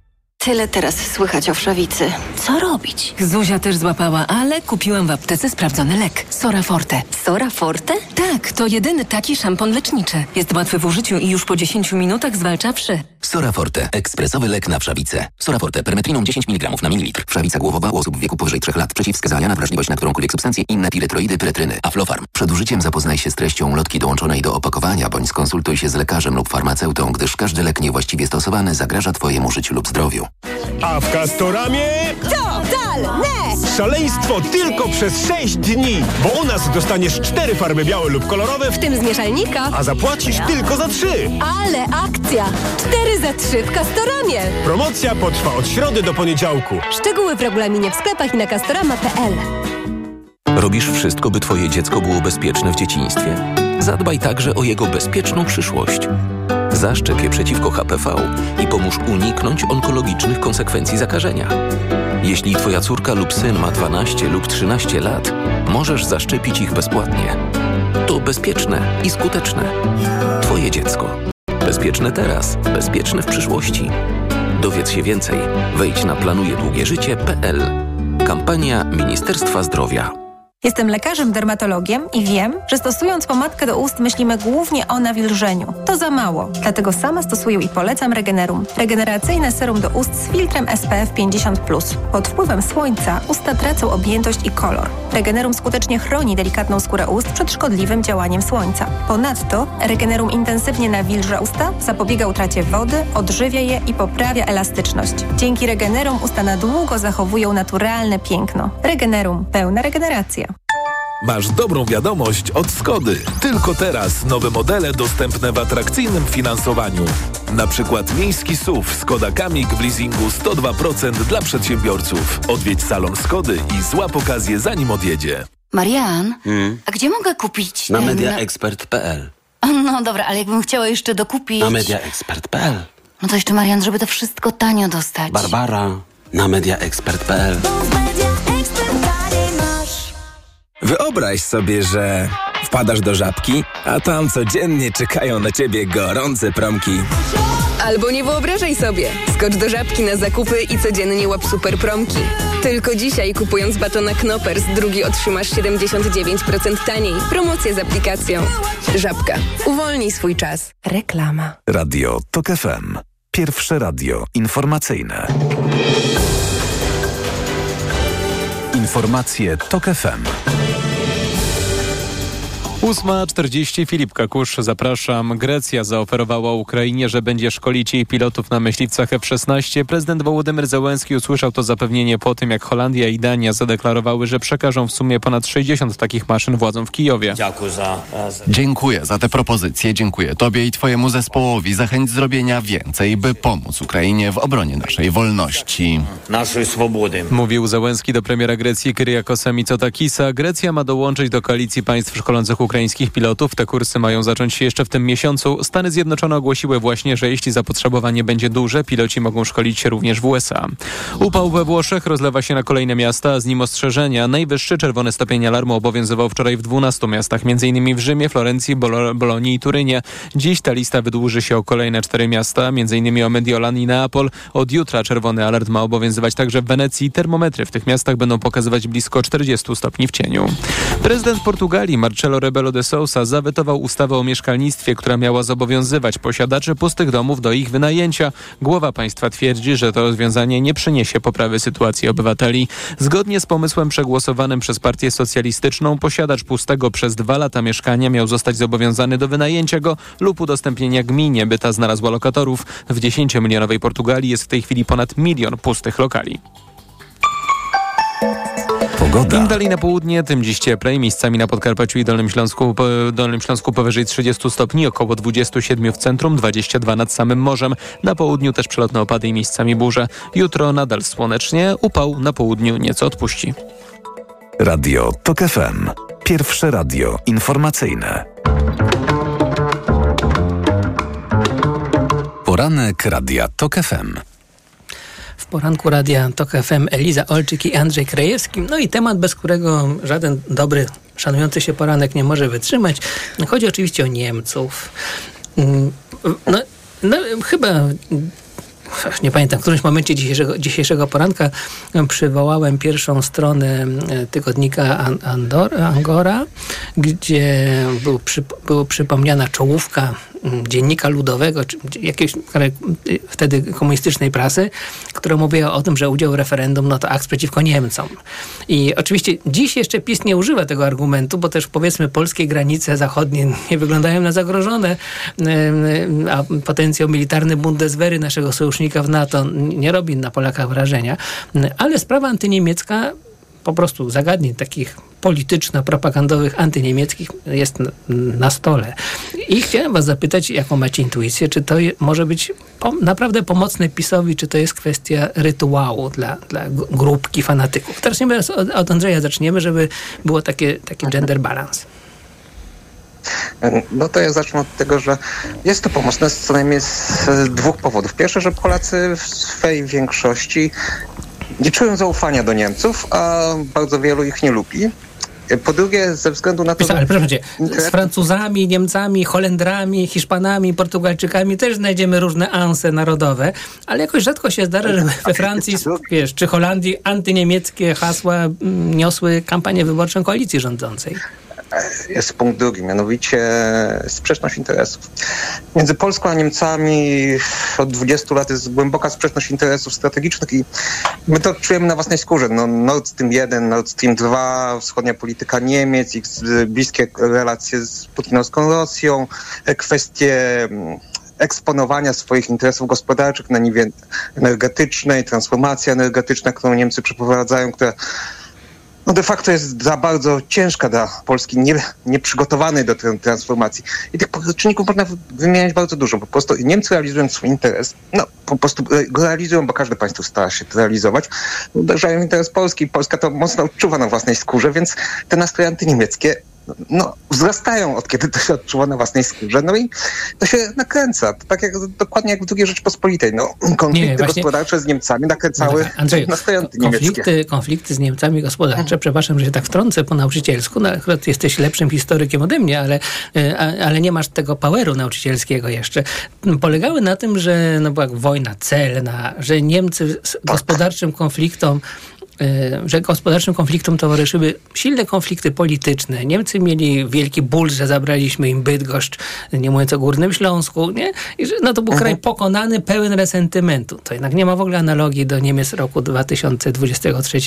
Tyle teraz słychać o wszawicy. Co robić? Zuzia też złapała, ale kupiłam w aptece sprawdzony lek. Sora Forte. Sora Forte? Tak, to jedyny taki szampon leczniczy. Jest łatwy w użyciu i już po 10 minutach zwalcza wszy. Sora Forte. Ekspresowy lek na wszawicę. Sora Forte. Permetriną 10 mg na mililitr. Wszawica głowowa u osób w wieku powyżej 3 lat. Przeciwwskazania na wrażliwość na którąkolwiek substancję, inne piretroidy, pyretryny. Aflofarm. Przed użyciem zapoznaj się z treścią lotki dołączonej do opakowania, bądź skonsultuj się z lekarzem lub farmaceutą, gdyż każdy lek niewłaściwie stosowany zagraża Twojemu życiu lub zdrowiu. A w Castoramie... Totalne! Szaleństwo tylko przez 6 dni, bo u nas dostaniesz 4 farby białe lub kolorowe, W tym z mieszalnika. a zapłacisz tylko za 3. Ale akcja! 4 za 3 w Castoramie. Promocja potrwa od środy do poniedziałku. Szczegóły w regulaminie w sklepach i na castorama.pl. Robisz wszystko, by Twoje dziecko było bezpieczne w dzieciństwie? Zadbaj także o jego bezpieczną przyszłość. Zaszczep je przeciwko HPV i pomóż uniknąć onkologicznych konsekwencji zakażenia. Jeśli Twoja córka lub syn ma 12 lub 13 lat, możesz zaszczepić ich bezpłatnie. To bezpieczne i skuteczne. Twoje dziecko. Bezpieczne teraz, bezpieczne w przyszłości. Dowiedz się więcej. Wejdź na planujedługieżycie.pl. Kampania Ministerstwa Zdrowia. Jestem lekarzem dermatologiem i wiem, że stosując pomadkę do ust myślimy głównie o nawilżeniu. To za mało, dlatego sama stosuję i polecam Regenerum. Regeneracyjne serum do ust z filtrem SPF 50+. Pod wpływem słońca usta tracą objętość i kolor. Regenerum skutecznie chroni delikatną skórę ust przed szkodliwym działaniem słońca. Ponadto Regenerum intensywnie nawilża usta, zapobiega utracie wody, odżywia je i poprawia elastyczność. Dzięki Regenerum usta na długo zachowują naturalne piękno. Regenerum. Pełna regeneracja. Masz dobrą wiadomość od Skody. Tylko teraz nowe modele dostępne w atrakcyjnym finansowaniu. Na przykład miejski SUV Skoda Kamiq w leasingu 102% dla przedsiębiorców. Odwiedź salon Skody i złap okazję zanim odjedzie. Marian, a gdzie mogę kupić Na mediaexpert.pl. No dobra, ale jakbym chciała jeszcze dokupić... Na mediaexpert.pl. No to jeszcze, Marian, żeby to wszystko tanio dostać. Barbara, na mediaexpert.pl. Wyobraź sobie, że wpadasz do Żabki, a tam codziennie czekają na ciebie gorące promki. Albo nie wyobrażaj sobie. Skocz do Żabki na zakupy i codziennie łap super promki. Tylko dzisiaj, kupując batona Knoppers, drugi otrzymasz 79% taniej. Promocja z aplikacją. Żabka. Uwolnij swój czas. Reklama. Radio TOK FM. Pierwsze radio informacyjne. Informacje TOK FM. 8:40. Filip Kakusz, zapraszam. Grecja zaoferowała Ukrainie, że będzie szkolić jej pilotów na myśliwcach F-16. Prezydent Wołodymyr Zełenski usłyszał to zapewnienie po tym, jak Holandia i Dania zadeklarowały, że przekażą w sumie ponad 60 takich maszyn władzom w Kijowie. Dziękuję za te propozycje. Dziękuję Tobie i Twojemu zespołowi za chęć zrobienia więcej, by pomóc Ukrainie w obronie naszej wolności. Naszej swobody. Mówił Zełenski do premiera Grecji Kyriakosa Mitsotakisa. Grecja ma dołączyć do koalicji państw szkolących ukraińskich pilotów. Te kursy mają zacząć się jeszcze w tym miesiącu. Stany Zjednoczone ogłosiły właśnie, że jeśli zapotrzebowanie będzie duże, piloci mogą szkolić się również w USA. Upał we Włoszech rozlewa się na kolejne miasta, a z nim ostrzeżenia. Najwyższy czerwony stopień alarmu obowiązywał wczoraj w 12 miastach, m.in. w Rzymie, Florencji, Bolonii i Turynie. Dziś ta lista wydłuży się o kolejne 4 miasta, m.in. o Mediolan i Neapol. Od jutra czerwony alert ma obowiązywać także w Wenecji. Termometry w tych miastach będą pokazywać blisko 40 stopni w cieniu. Prezydent Portugalii Marcelo Rebelo de Sousa zawetował ustawę o mieszkalnictwie, która miała zobowiązywać posiadaczy pustych domów do ich wynajęcia. Głowa państwa twierdzi, że to rozwiązanie nie przyniesie poprawy sytuacji obywateli. Zgodnie z pomysłem przegłosowanym przez Partię Socjalistyczną, posiadacz pustego przez 2 lata mieszkania miał zostać zobowiązany do wynajęcia go lub udostępnienia gminie, by ta znalazła lokatorów. W 10-milionowej Portugalii jest w tej chwili ponad 1 milion pustych lokali. Pogoda. Im dalej na południe, tym dziś cieplej. Miejscami na Podkarpaciu i Dolnym Śląsku powyżej 30 stopni, około 27 w centrum, 22 nad samym morzem. Na południu też przelotne opady i miejscami burze. Jutro nadal słonecznie, upał na południu nieco odpuści. Radio TOK FM. Pierwsze radio informacyjne. Poranek Radia TOK FM. W poranku Radia TOK FM Eliza Olczyk i Andrzej Krajewski. No i temat, bez którego żaden dobry, szanujący się poranek nie może wytrzymać. Chodzi oczywiście o Niemców. Chyba nie pamiętam, w którymś momencie dzisiejszego poranka przywołałem pierwszą stronę tygodnika Angora, gdzie była przypomniana czołówka Dziennika Ludowego, czy jakiejś wtedy komunistycznej prasy, która mówiła o tym, że udział w referendum to akt przeciwko Niemcom. I oczywiście dziś jeszcze PiS nie używa tego argumentu, bo też powiedzmy polskie granice zachodnie nie wyglądają na zagrożone, a potencjał militarny Bundeswehry, naszego sojusznika w NATO, nie robi na Polakach wrażenia. Ale sprawa antyniemiecka, po prostu zagadnień takich polityczno-propagandowych, antyniemieckich jest na stole. I chciałem was zapytać, jaką macie intuicję, czy to może być naprawdę pomocne PiS-owi, czy to jest kwestia rytuału dla grupki fanatyków. Teraz nie od Andrzeja zaczniemy, żeby było taki gender balance. No to ja zacznę od tego, że jest to pomocne co najmniej z dwóch powodów. Pierwsze, że Polacy w swej większości nie czują zaufania do Niemców, a bardzo wielu ich nie lubi. Po drugie, ze względu na to... Ale proszę cię, z Francuzami, Niemcami, Holendrami, Hiszpanami, Portugalczykami też znajdziemy różne anse narodowe, ale jakoś rzadko się zdarza, żeby we Francji, czy Holandii antyniemieckie hasła niosły kampanię wyborczą koalicji rządzącej. Jest punkt drugi, mianowicie sprzeczność interesów. Między Polską a Niemcami od 20 lat jest głęboka sprzeczność interesów strategicznych i my to czujemy na własnej skórze. Nord Stream 1, Nord Stream 2, wschodnia polityka Niemiec, ich bliskie relacje z putinowską Rosją, kwestie eksponowania swoich interesów gospodarczych na niwie energetycznej, transformacja energetyczna, którą Niemcy przeprowadzają, która de facto jest za bardzo ciężka dla Polski, nieprzygotowanej do tej transformacji. I tych czynników można wymieniać bardzo dużo. Po prostu Niemcy realizują swój interes. Po prostu go realizują, bo każde państwo stara się to realizować. Uderzają w interes Polski. Polska to mocno odczuwa na własnej skórze, więc te nastroje antyniemieckie wzrastają od kiedy to się odczuwa na własnej skórze. I to się nakręca. To tak dokładnie jak w II Rzeczpospolitej. Konflikty gospodarcze z Niemcami nakręcały nastroje antyniemieckie. Konflikty z Niemcami gospodarcze, przepraszam, że się tak wtrącę po nauczycielsku, akurat jesteś lepszym historykiem ode mnie, ale nie masz tego poweru nauczycielskiego jeszcze. Polegały na tym, że była wojna celna, że Niemcy z gospodarczym konfliktom towarzyszyły silne konflikty polityczne. Niemcy mieli wielki ból, że zabraliśmy im Bydgoszcz, nie mówiąc o Górnym Śląsku, nie? I że to był kraj pokonany, pełen resentymentu. To jednak nie ma w ogóle analogii do Niemiec roku 2023.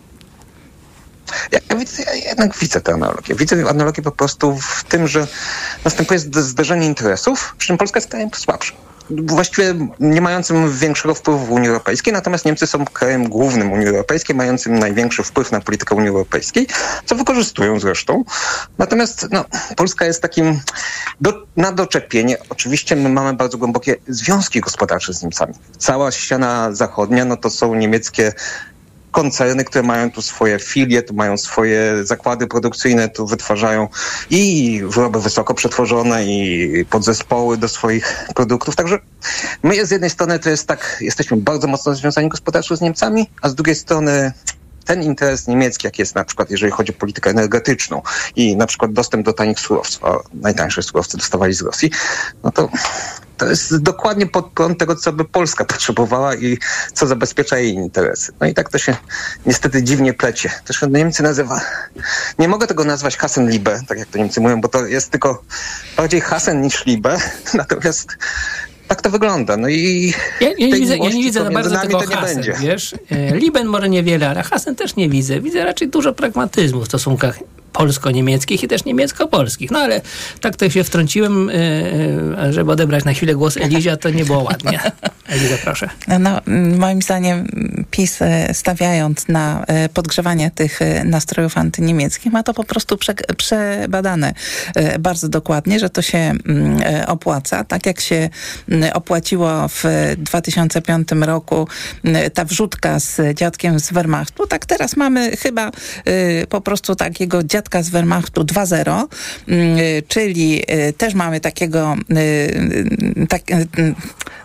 Ja jednak widzę tę analogię. Widzę analogię po prostu w tym, że następuje zderzenie interesów, przy czym Polska jest krajem słabszym. Właściwie nie mającym większego wpływu w Unii Europejskiej, natomiast Niemcy są krajem głównym Unii Europejskiej, mającym największy wpływ na politykę Unii Europejskiej, co wykorzystują zresztą. Natomiast Polska jest takim na doczepienie. Oczywiście my mamy bardzo głębokie związki gospodarcze z Niemcami. Cała ściana zachodnia, to są niemieckie koncerny, które mają tu swoje filie, tu mają swoje zakłady produkcyjne, tu wytwarzają i wyroby wysoko przetworzone i podzespoły do swoich produktów. Także my z jednej strony to jest tak, jesteśmy bardzo mocno związani gospodarczo z Niemcami, a z drugiej strony ten interes niemiecki, jak jest na przykład, jeżeli chodzi o politykę energetyczną i na przykład dostęp do tanich surowców, a najtańsze surowce dostawali z Rosji, to jest dokładnie pod prąd tego, co by Polska potrzebowała i co zabezpiecza jej interesy. I tak to się niestety dziwnie plecie. To się Niemcy nazywa... Nie mogę tego nazwać Hassenliebe, tak jak to Niemcy mówią, bo to jest tylko bardziej Hassen niż Liebe. Natomiast tak to wygląda. Ja nie widzę za bardzo tego Hassen, wiesz? Lieben może niewiele, ale Hassen też nie widzę. Widzę raczej dużo pragmatyzmu w stosunkach polsko-niemieckich i też niemiecko-polskich. Ale tak to się wtrąciłem, żeby odebrać na chwilę głos Elizie, a to nie było ładnie. Eliza, proszę. Moim zdaniem PiS, stawiając na podgrzewanie tych nastrojów antyniemieckich, ma to po prostu przebadane bardzo dokładnie, że to się opłaca. Tak jak się opłaciło w 2005 roku ta wrzutka z dziadkiem z Wehrmachtu, tak teraz mamy chyba po prostu takiego dziadka z Wehrmachtu 2.0, czyli też mamy takiego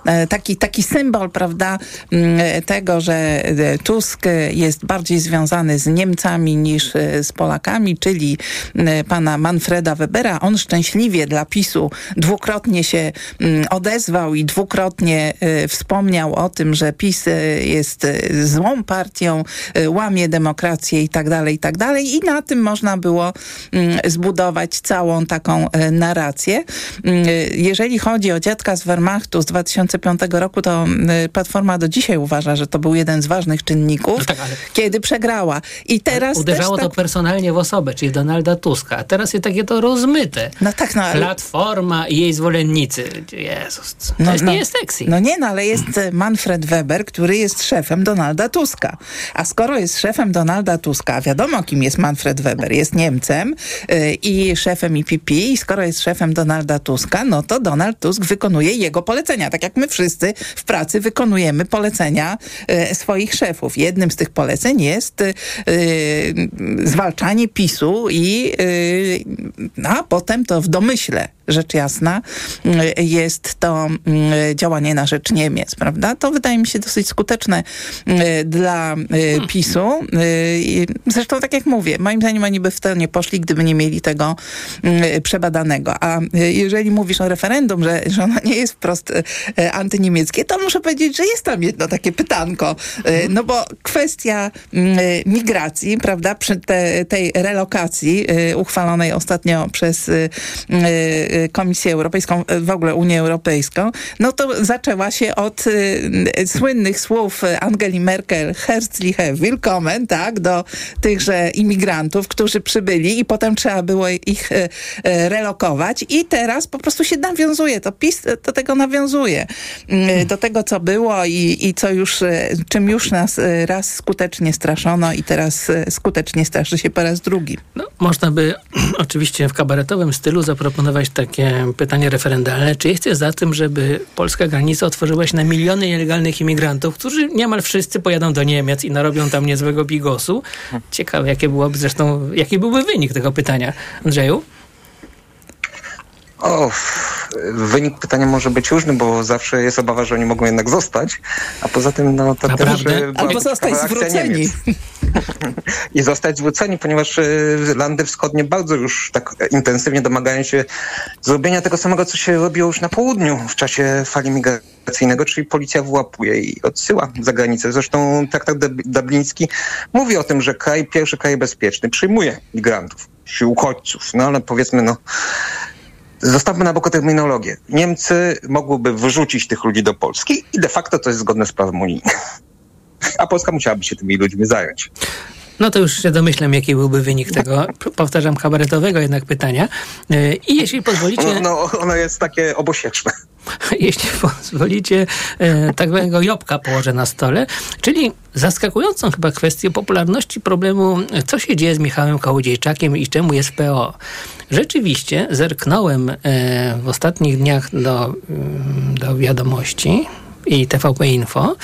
taki symbol, prawda, tego, że Tusk jest bardziej związany z Niemcami niż z Polakami, czyli pana Manfreda Webera. On szczęśliwie dla PiS-u dwukrotnie się odezwał i dwukrotnie wspomniał o tym, że PiS jest złą partią, łamie demokrację i tak dalej, i tak dalej. I na tym można było zbudować całą taką narrację. Jeżeli chodzi o dziadka z Wehrmachtu z 2005 roku, to Platforma do dzisiaj uważa, że to był jeden z ważnych czynników, kiedy przegrała. I teraz uderzało to personalnie w osobę, czyli Donalda Tuska. A teraz jest takie to rozmyte. Platforma i jej zwolennicy. Jezus, to nie jest sexy. Ale jest Manfred Weber, który jest szefem Donalda Tuska. A skoro jest szefem Donalda Tuska, wiadomo, kim jest Manfred Weber. Jest Niemcem i szefem IPP. I skoro jest szefem Donalda Tuska, no to Donald Tusk wykonuje jego polecenia. Tak jak my wszyscy w pracy wykonujemy polecenia swoich szefów. Jednym z tych poleceń jest zwalczanie PiS-u a potem to w domyśle, rzecz jasna, jest to działanie na rzecz Niemiec, prawda? To wydaje mi się dosyć skuteczne dla PiS-u. Zresztą, tak jak mówię, moim zdaniem oni by w to nie poszli, gdyby nie mieli tego przebadanego. A jeżeli mówisz o referendum, że ono nie jest wprost antyniemieckie, to muszę powiedzieć, że jest tam jedno takie pytanko. No bo kwestia migracji, prawda, przy tej relokacji uchwalonej ostatnio przez Komisję Europejską, w ogóle Unię Europejską, no to zaczęła się od słynnych słów Angeli Merkel, Herzliche Willkommen, tak, do tychże imigrantów, którzy przybyli i potem trzeba było ich relokować i teraz po prostu się nawiązuje, to PiS do tego nawiązuje, do tego, co było i co już, czym już nas raz skutecznie straszono i teraz skutecznie straszy się po raz drugi. No, można by oczywiście w kabaretowym stylu zaproponować takie pytanie referendalne. Czy jesteś za tym, żeby polska granica otworzyła się na miliony nielegalnych imigrantów, którzy niemal wszyscy pojadą do Niemiec i narobią tam niezłego bigosu? Ciekawe, jaki byłby wynik tego pytania. Andrzeju? Wynik pytania może być różny, bo zawsze jest obawa, że oni mogą jednak zostać, a poza tym to też albo zostać zwróceni. I zostać zwróceni, ponieważ landy wschodnie bardzo już tak intensywnie domagają się zrobienia tego samego, co się robiło już na południu w czasie fali migracyjnego, czyli policja wyłapuje i odsyła za granicę. Zresztą traktat dubliński mówi o tym, że pierwszy kraj bezpieczny przyjmuje migrantów, czy uchodźców, ale powiedzmy zostawmy na boku terminologię. Niemcy mogłyby wyrzucić tych ludzi do Polski i de facto to jest zgodne z prawem unijnym. A Polska musiałaby się tymi ludźmi zająć. No to już się domyślam, jaki byłby wynik tego, powtarzam, kabaretowego jednak pytania. I jeśli pozwolicie... Ono jest takie obosieczne. Jeśli pozwolicie, tak zwanego jobka położę na stole, czyli zaskakującą chyba kwestię popularności problemu, co się dzieje z Michałem Kołodziejczakiem i czemu jest w PO. Rzeczywiście zerknąłem w ostatnich dniach do Wiadomości i TVP Info.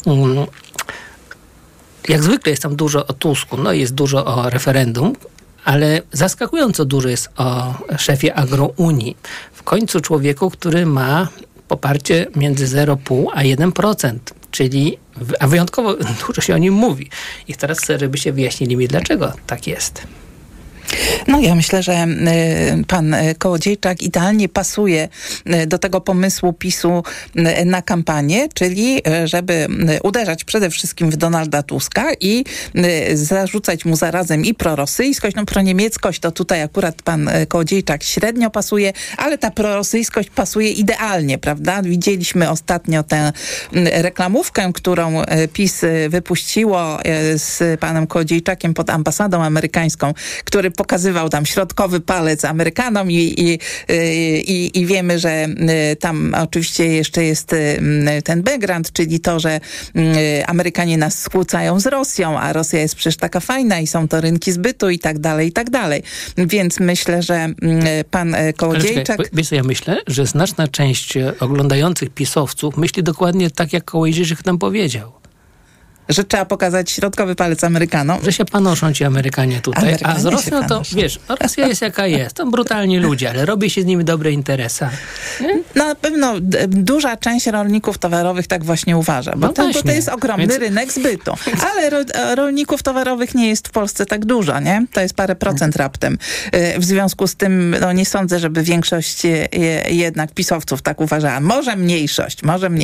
Jak zwykle jest tam dużo o Tusku, jest dużo o referendum, ale zaskakująco dużo jest o szefie Agrounii. W końcu człowieku, który ma poparcie między 0,5 a 1%, a wyjątkowo dużo się o nim mówi. I teraz by się wyjaśnili mi, dlaczego tak jest. Ja myślę, że pan Kołodziejczak idealnie pasuje do tego pomysłu PiS-u na kampanię, czyli żeby uderzać przede wszystkim w Donalda Tuska i zarzucać mu zarazem i prorosyjskość, proniemieckość, to tutaj akurat pan Kołodziejczak średnio pasuje, ale ta prorosyjskość pasuje idealnie, prawda? Widzieliśmy ostatnio tę reklamówkę, którą PiS wypuściło z panem Kołodziejczakiem pod ambasadą amerykańską, który pokazywał tam środkowy palec Amerykanom i wiemy, że tam oczywiście jeszcze jest ten background, czyli to, że Amerykanie nas skłócają z Rosją, a Rosja jest przecież taka fajna i są to rynki zbytu i tak dalej, i tak dalej. Więc myślę, że pan Kołodziejczak... Wiesz co, ja myślę, że znaczna część oglądających pisowców myśli dokładnie tak, jak Kołodziejczak nam powiedział. Że trzeba pokazać środkowy palec Amerykanom. Że się panoszą ci Amerykanie tutaj. Amerykanie, a z Rosją to, wiesz, Rosja jest jaka jest. To brutalni ludzie, ale robi się z nimi dobre interesy. No na pewno duża część rolników towarowych tak właśnie uważa, bo to jest ogromny rynek zbytu. Ale rolników towarowych nie jest w Polsce tak dużo, nie? To jest parę procent raptem. W związku z tym nie sądzę, żeby większość jednak pisowców tak uważała. Może mniejszość.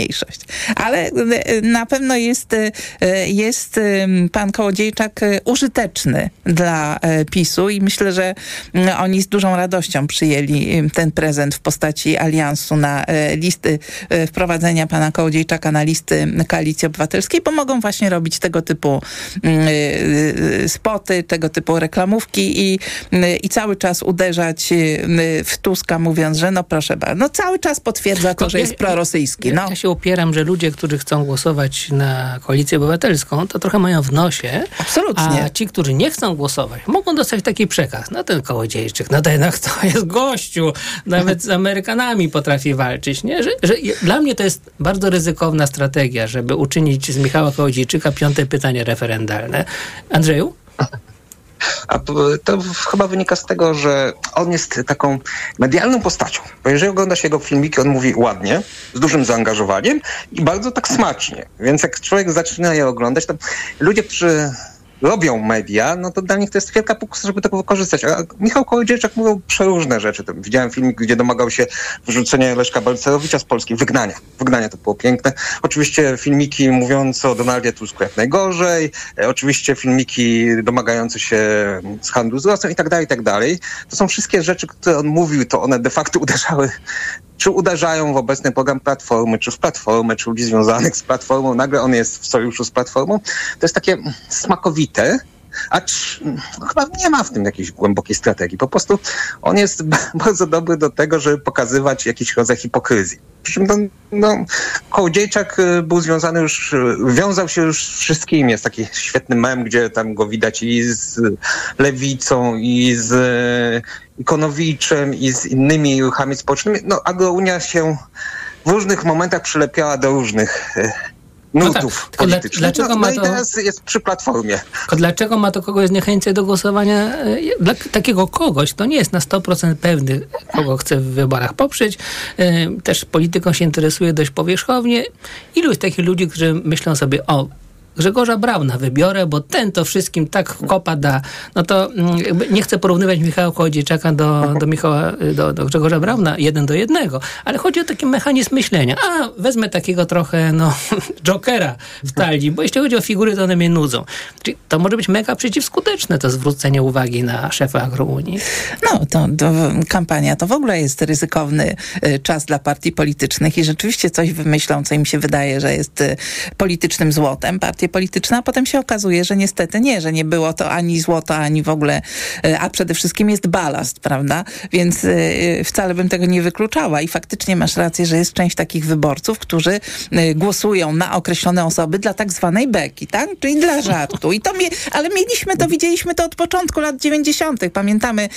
Ale na pewno jest pan Kołodziejczak użyteczny dla PiS-u i myślę, że oni z dużą radością przyjęli ten prezent w postaci aliansu na listy, wprowadzenia pana Kołodziejczaka na listy Koalicji Obywatelskiej, bo mogą właśnie robić tego typu spoty, tego typu reklamówki i cały czas uderzać w Tuska, mówiąc, że no proszę bardzo, no cały czas potwierdza to, że jest prorosyjski. No. Ja się upieram, że ludzie, którzy chcą głosować na Koalicję Obywatelską, to trochę mają w nosie. Absolutnie. A ci, którzy nie chcą głosować, mogą dostać taki przekaz. No ten Kołodziejczyk, no to jednak to jest gościu. Nawet z Amerykanami potrafi walczyć, nie? Że dla mnie to jest bardzo ryzykowna strategia, żeby uczynić z Michała Kołodziejczyka 5. pytanie referendalne. Andrzeju? A to chyba wynika z tego, że on jest taką medialną postacią. Bo jeżeli ogląda się jego filmiki, on mówi ładnie, z dużym zaangażowaniem i bardzo tak smacznie. Więc jak człowiek zaczyna je oglądać, to ludzie, którzy robią media, no to dla nich to jest wielka pokusa, żeby tego wykorzystać. A Michał Kołodziejczak mówił przeróżne rzeczy. Widziałem filmik, gdzie domagał się wyrzucenia Leszka Balcerowicza z Polski. Wygnania to było piękne. Oczywiście filmiki mówiące o Donaldzie Tusku jak najgorzej. Oczywiście filmiki domagające się z handlu z Rosją i tak dalej. To są wszystkie rzeczy, które on mówił, to one de facto uderzają w obecny program Platformy, czy w Platformę, czy ludzi związanych z Platformą. Nagle on jest w sojuszu z Platformą. To jest takie smakowite, acz chyba nie ma w tym jakiejś głębokiej strategii. Po prostu on jest bardzo dobry do tego, żeby pokazywać jakiś rodzaj hipokryzji. Przy czym Kołodziejczak był związany już, wiązał się już z wszystkim. Jest taki świetny mem, gdzie tam go widać i z Lewicą, i z Ikonowiczem, i z innymi ruchami społecznymi. No, Agrounia się w różnych momentach przylepiała do różnych nurtów politycznych. Dlaczego i teraz jest przy Platformie. Dlaczego ma to kogoś zniechęcać do głosowania? Dla takiego kogoś, to nie jest na 100% pewny, kogo chce w wyborach poprzeć. Też polityką się interesuje dość powierzchownie. Ilu jest takich ludzi, którzy myślą sobie, Grzegorza Brauna wybiorę, bo ten to wszystkim tak kopa da. No to nie chcę porównywać Michała Kołodziejczaka do Grzegorza Brauna 1:1, ale chodzi o taki mechanizm myślenia. Wezmę takiego trochę jokera w talii, bo jeśli chodzi o figury, to one mnie nudzą. Czyli to może być mega przeciwskuteczne, to zwrócenie uwagi na szefa Agrounii. No, to kampania to w ogóle jest ryzykowny czas dla partii politycznych i rzeczywiście coś wymyślą, co im się wydaje, że jest politycznym złotem. Partie polityczne, a potem się okazuje, że niestety nie, że nie było to ani złoto, ani w ogóle, a przede wszystkim jest balast, prawda? Więc wcale bym tego nie wykluczała i faktycznie masz rację, że jest część takich wyborców, którzy głosują na określone osoby dla tak zwanej beki, tak? Czyli dla żartu. Ale widzieliśmy to od początku lat 90. Pamiętamy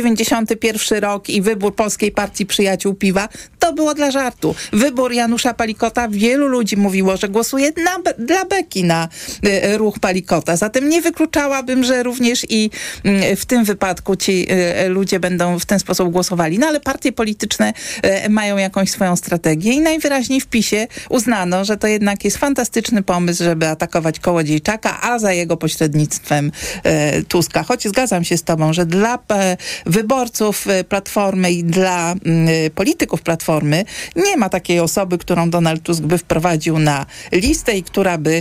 91 rok i wybór Polskiej Partii Przyjaciół Piwa. To było dla żartu. Wybór Janusza Palikota, wielu ludzi mówiło, że głosuje dla beki na ruch Palikota. Zatem nie wykluczałabym, że również i w tym wypadku ci ludzie będą w ten sposób głosowali. No ale partie polityczne mają jakąś swoją strategię i najwyraźniej w PiS-ie uznano, że to jednak jest fantastyczny pomysł, żeby atakować Kołodziejczaka, a za jego pośrednictwem Tuska. Choć zgadzam się z tobą, że dla wyborców Platformy i dla polityków Platformy nie ma takiej osoby, którą Donald Tusk by wprowadził na listę i która by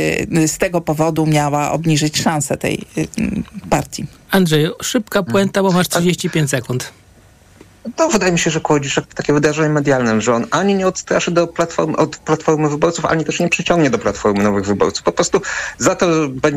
z tego powodu miała obniżyć szanse tej partii. Andrzej, szybka puenta, bo masz 35 sekund. To wydaje mi się, że Kołodziejczak takie wydarzenie medialne, że on ani nie odstraszy od Platformy wyborców, ani też nie przyciągnie do Platformy nowych wyborców. Po prostu za to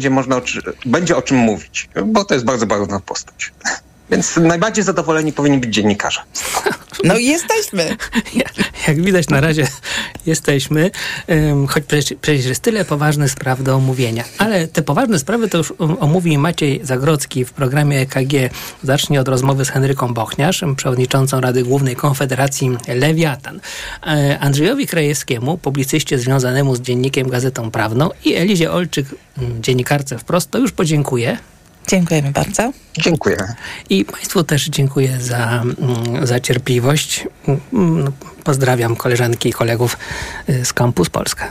będzie o czym mówić, bo to jest bardzo barwna postać. Więc najbardziej zadowoleni powinni być dziennikarze. No i jesteśmy. Jak widać, na razie Jesteśmy, choć przecież jest tyle poważnych spraw do omówienia. Ale te poważne sprawy to już omówi Maciej Zagrodzki w programie EKG. Zacznie od rozmowy z Henryką Bochniarz, przewodniczącą Rady Głównej Konfederacji Lewiatan. Andrzejowi Krajewskiemu, publicyście związanemu z Dziennikiem Gazetą Prawną, i Elizie Olczyk, dziennikarce Wprost, to już podziękuję. Dziękujemy bardzo. Dziękujemy. I Państwu też dziękuję za cierpliwość. Pozdrawiam koleżanki i kolegów z Campus Polska.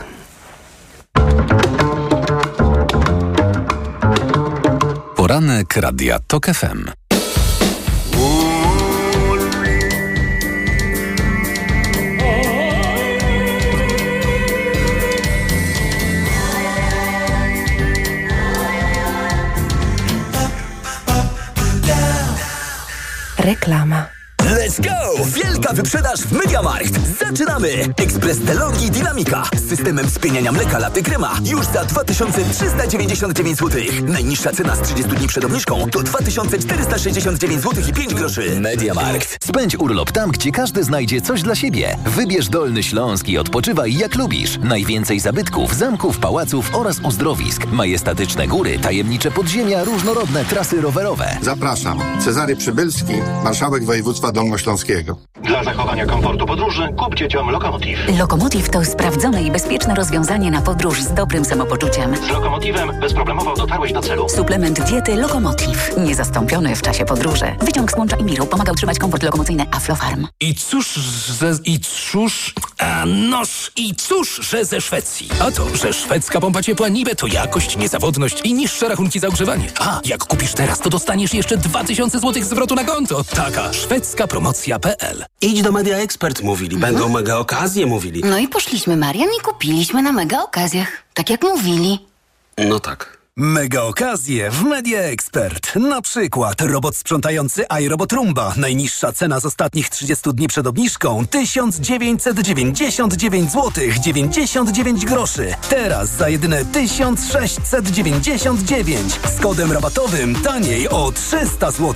Poranek Radia TOK FM. Reklama. Let's go! Wielka wyprzedaż w MediaMarkt. Zaczynamy! Ekspres DeLonghi Dynamika z systemem spieniania mleka laty krema już za 2399 zł. Najniższa cena z 30 dni przed obniżką to 2469 zł i 5 groszy. MediaMarkt. Spędź urlop tam, gdzie każdy znajdzie coś dla siebie. Wybierz Dolny Śląsk i odpoczywaj jak lubisz. Najwięcej zabytków, zamków, pałaców oraz uzdrowisk. Majestatyczne góry, tajemnicze podziemia, różnorodne trasy rowerowe. Zapraszam. Cezary Przybylski, marszałek województwa dolnośląskiego. Dla zachowania komfortu podróży kup dzieciom Lokomotiv. Lokomotiv to sprawdzone i bezpieczne rozwiązanie na podróż z dobrym samopoczuciem. Z Lokomotivem bezproblemowo dotarłeś do celu. Suplement diety Lokomotiv. Niezastąpiony w czasie podróży. Wyciąg z łącza Imiru pomaga utrzymać komfort lokomocyjny Aflofarm. I cóż, że ze Szwecji. A to, że szwedzka pompa ciepła Nibe to jakość, niezawodność i niższe rachunki za ogrzewanie. A, jak kupisz teraz, to dostaniesz jeszcze 2000 zł zwrotu na konto. Taka szwedzka promocja.pl. Idź do Media Expert, mówili. Będą mega okazje, mówili. No i poszliśmy, Marian, i kupiliśmy na mega okazjach. Tak jak mówili. No tak. Mega okazje w Media Expert. Na przykład robot sprzątający iRobot Roomba. Najniższa cena z ostatnich 30 dni przed obniżką 1999 zł 99 groszy. Teraz za jedyne 1699 z kodem rabatowym taniej o 300 zł.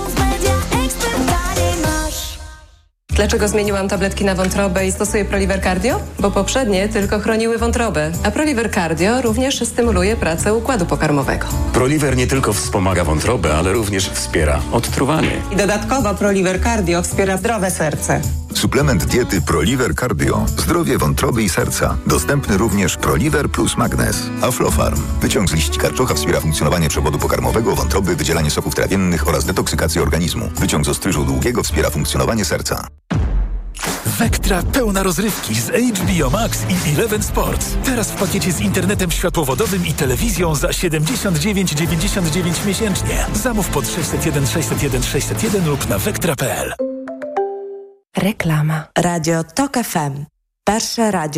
Dlaczego zmieniłam tabletki na wątrobę i stosuję Proliver Cardio? Bo poprzednie tylko chroniły wątrobę, a Proliver Cardio również stymuluje pracę układu pokarmowego. Proliver nie tylko wspomaga wątrobę, ale również wspiera odtruwanie. I dodatkowo Proliver Cardio wspiera zdrowe serce. Suplement diety Proliver Cardio. Zdrowie wątroby i serca. Dostępny również Proliver plus Magnez. Aflofarm. Wyciąg z liści karczocha wspiera funkcjonowanie przewodu pokarmowego, wątroby, wydzielanie soków trawiennych oraz detoksykację organizmu. Wyciąg z ostryżu długiego wspiera funkcjonowanie serca. Vectra pełna rozrywki z HBO Max i Eleven Sports. Teraz w pakiecie z internetem światłowodowym i telewizją za 79,99 miesięcznie. Zamów pod 601 601 601 lub na vectra.pl. Reklama. Radio TOK FM. Перше радіо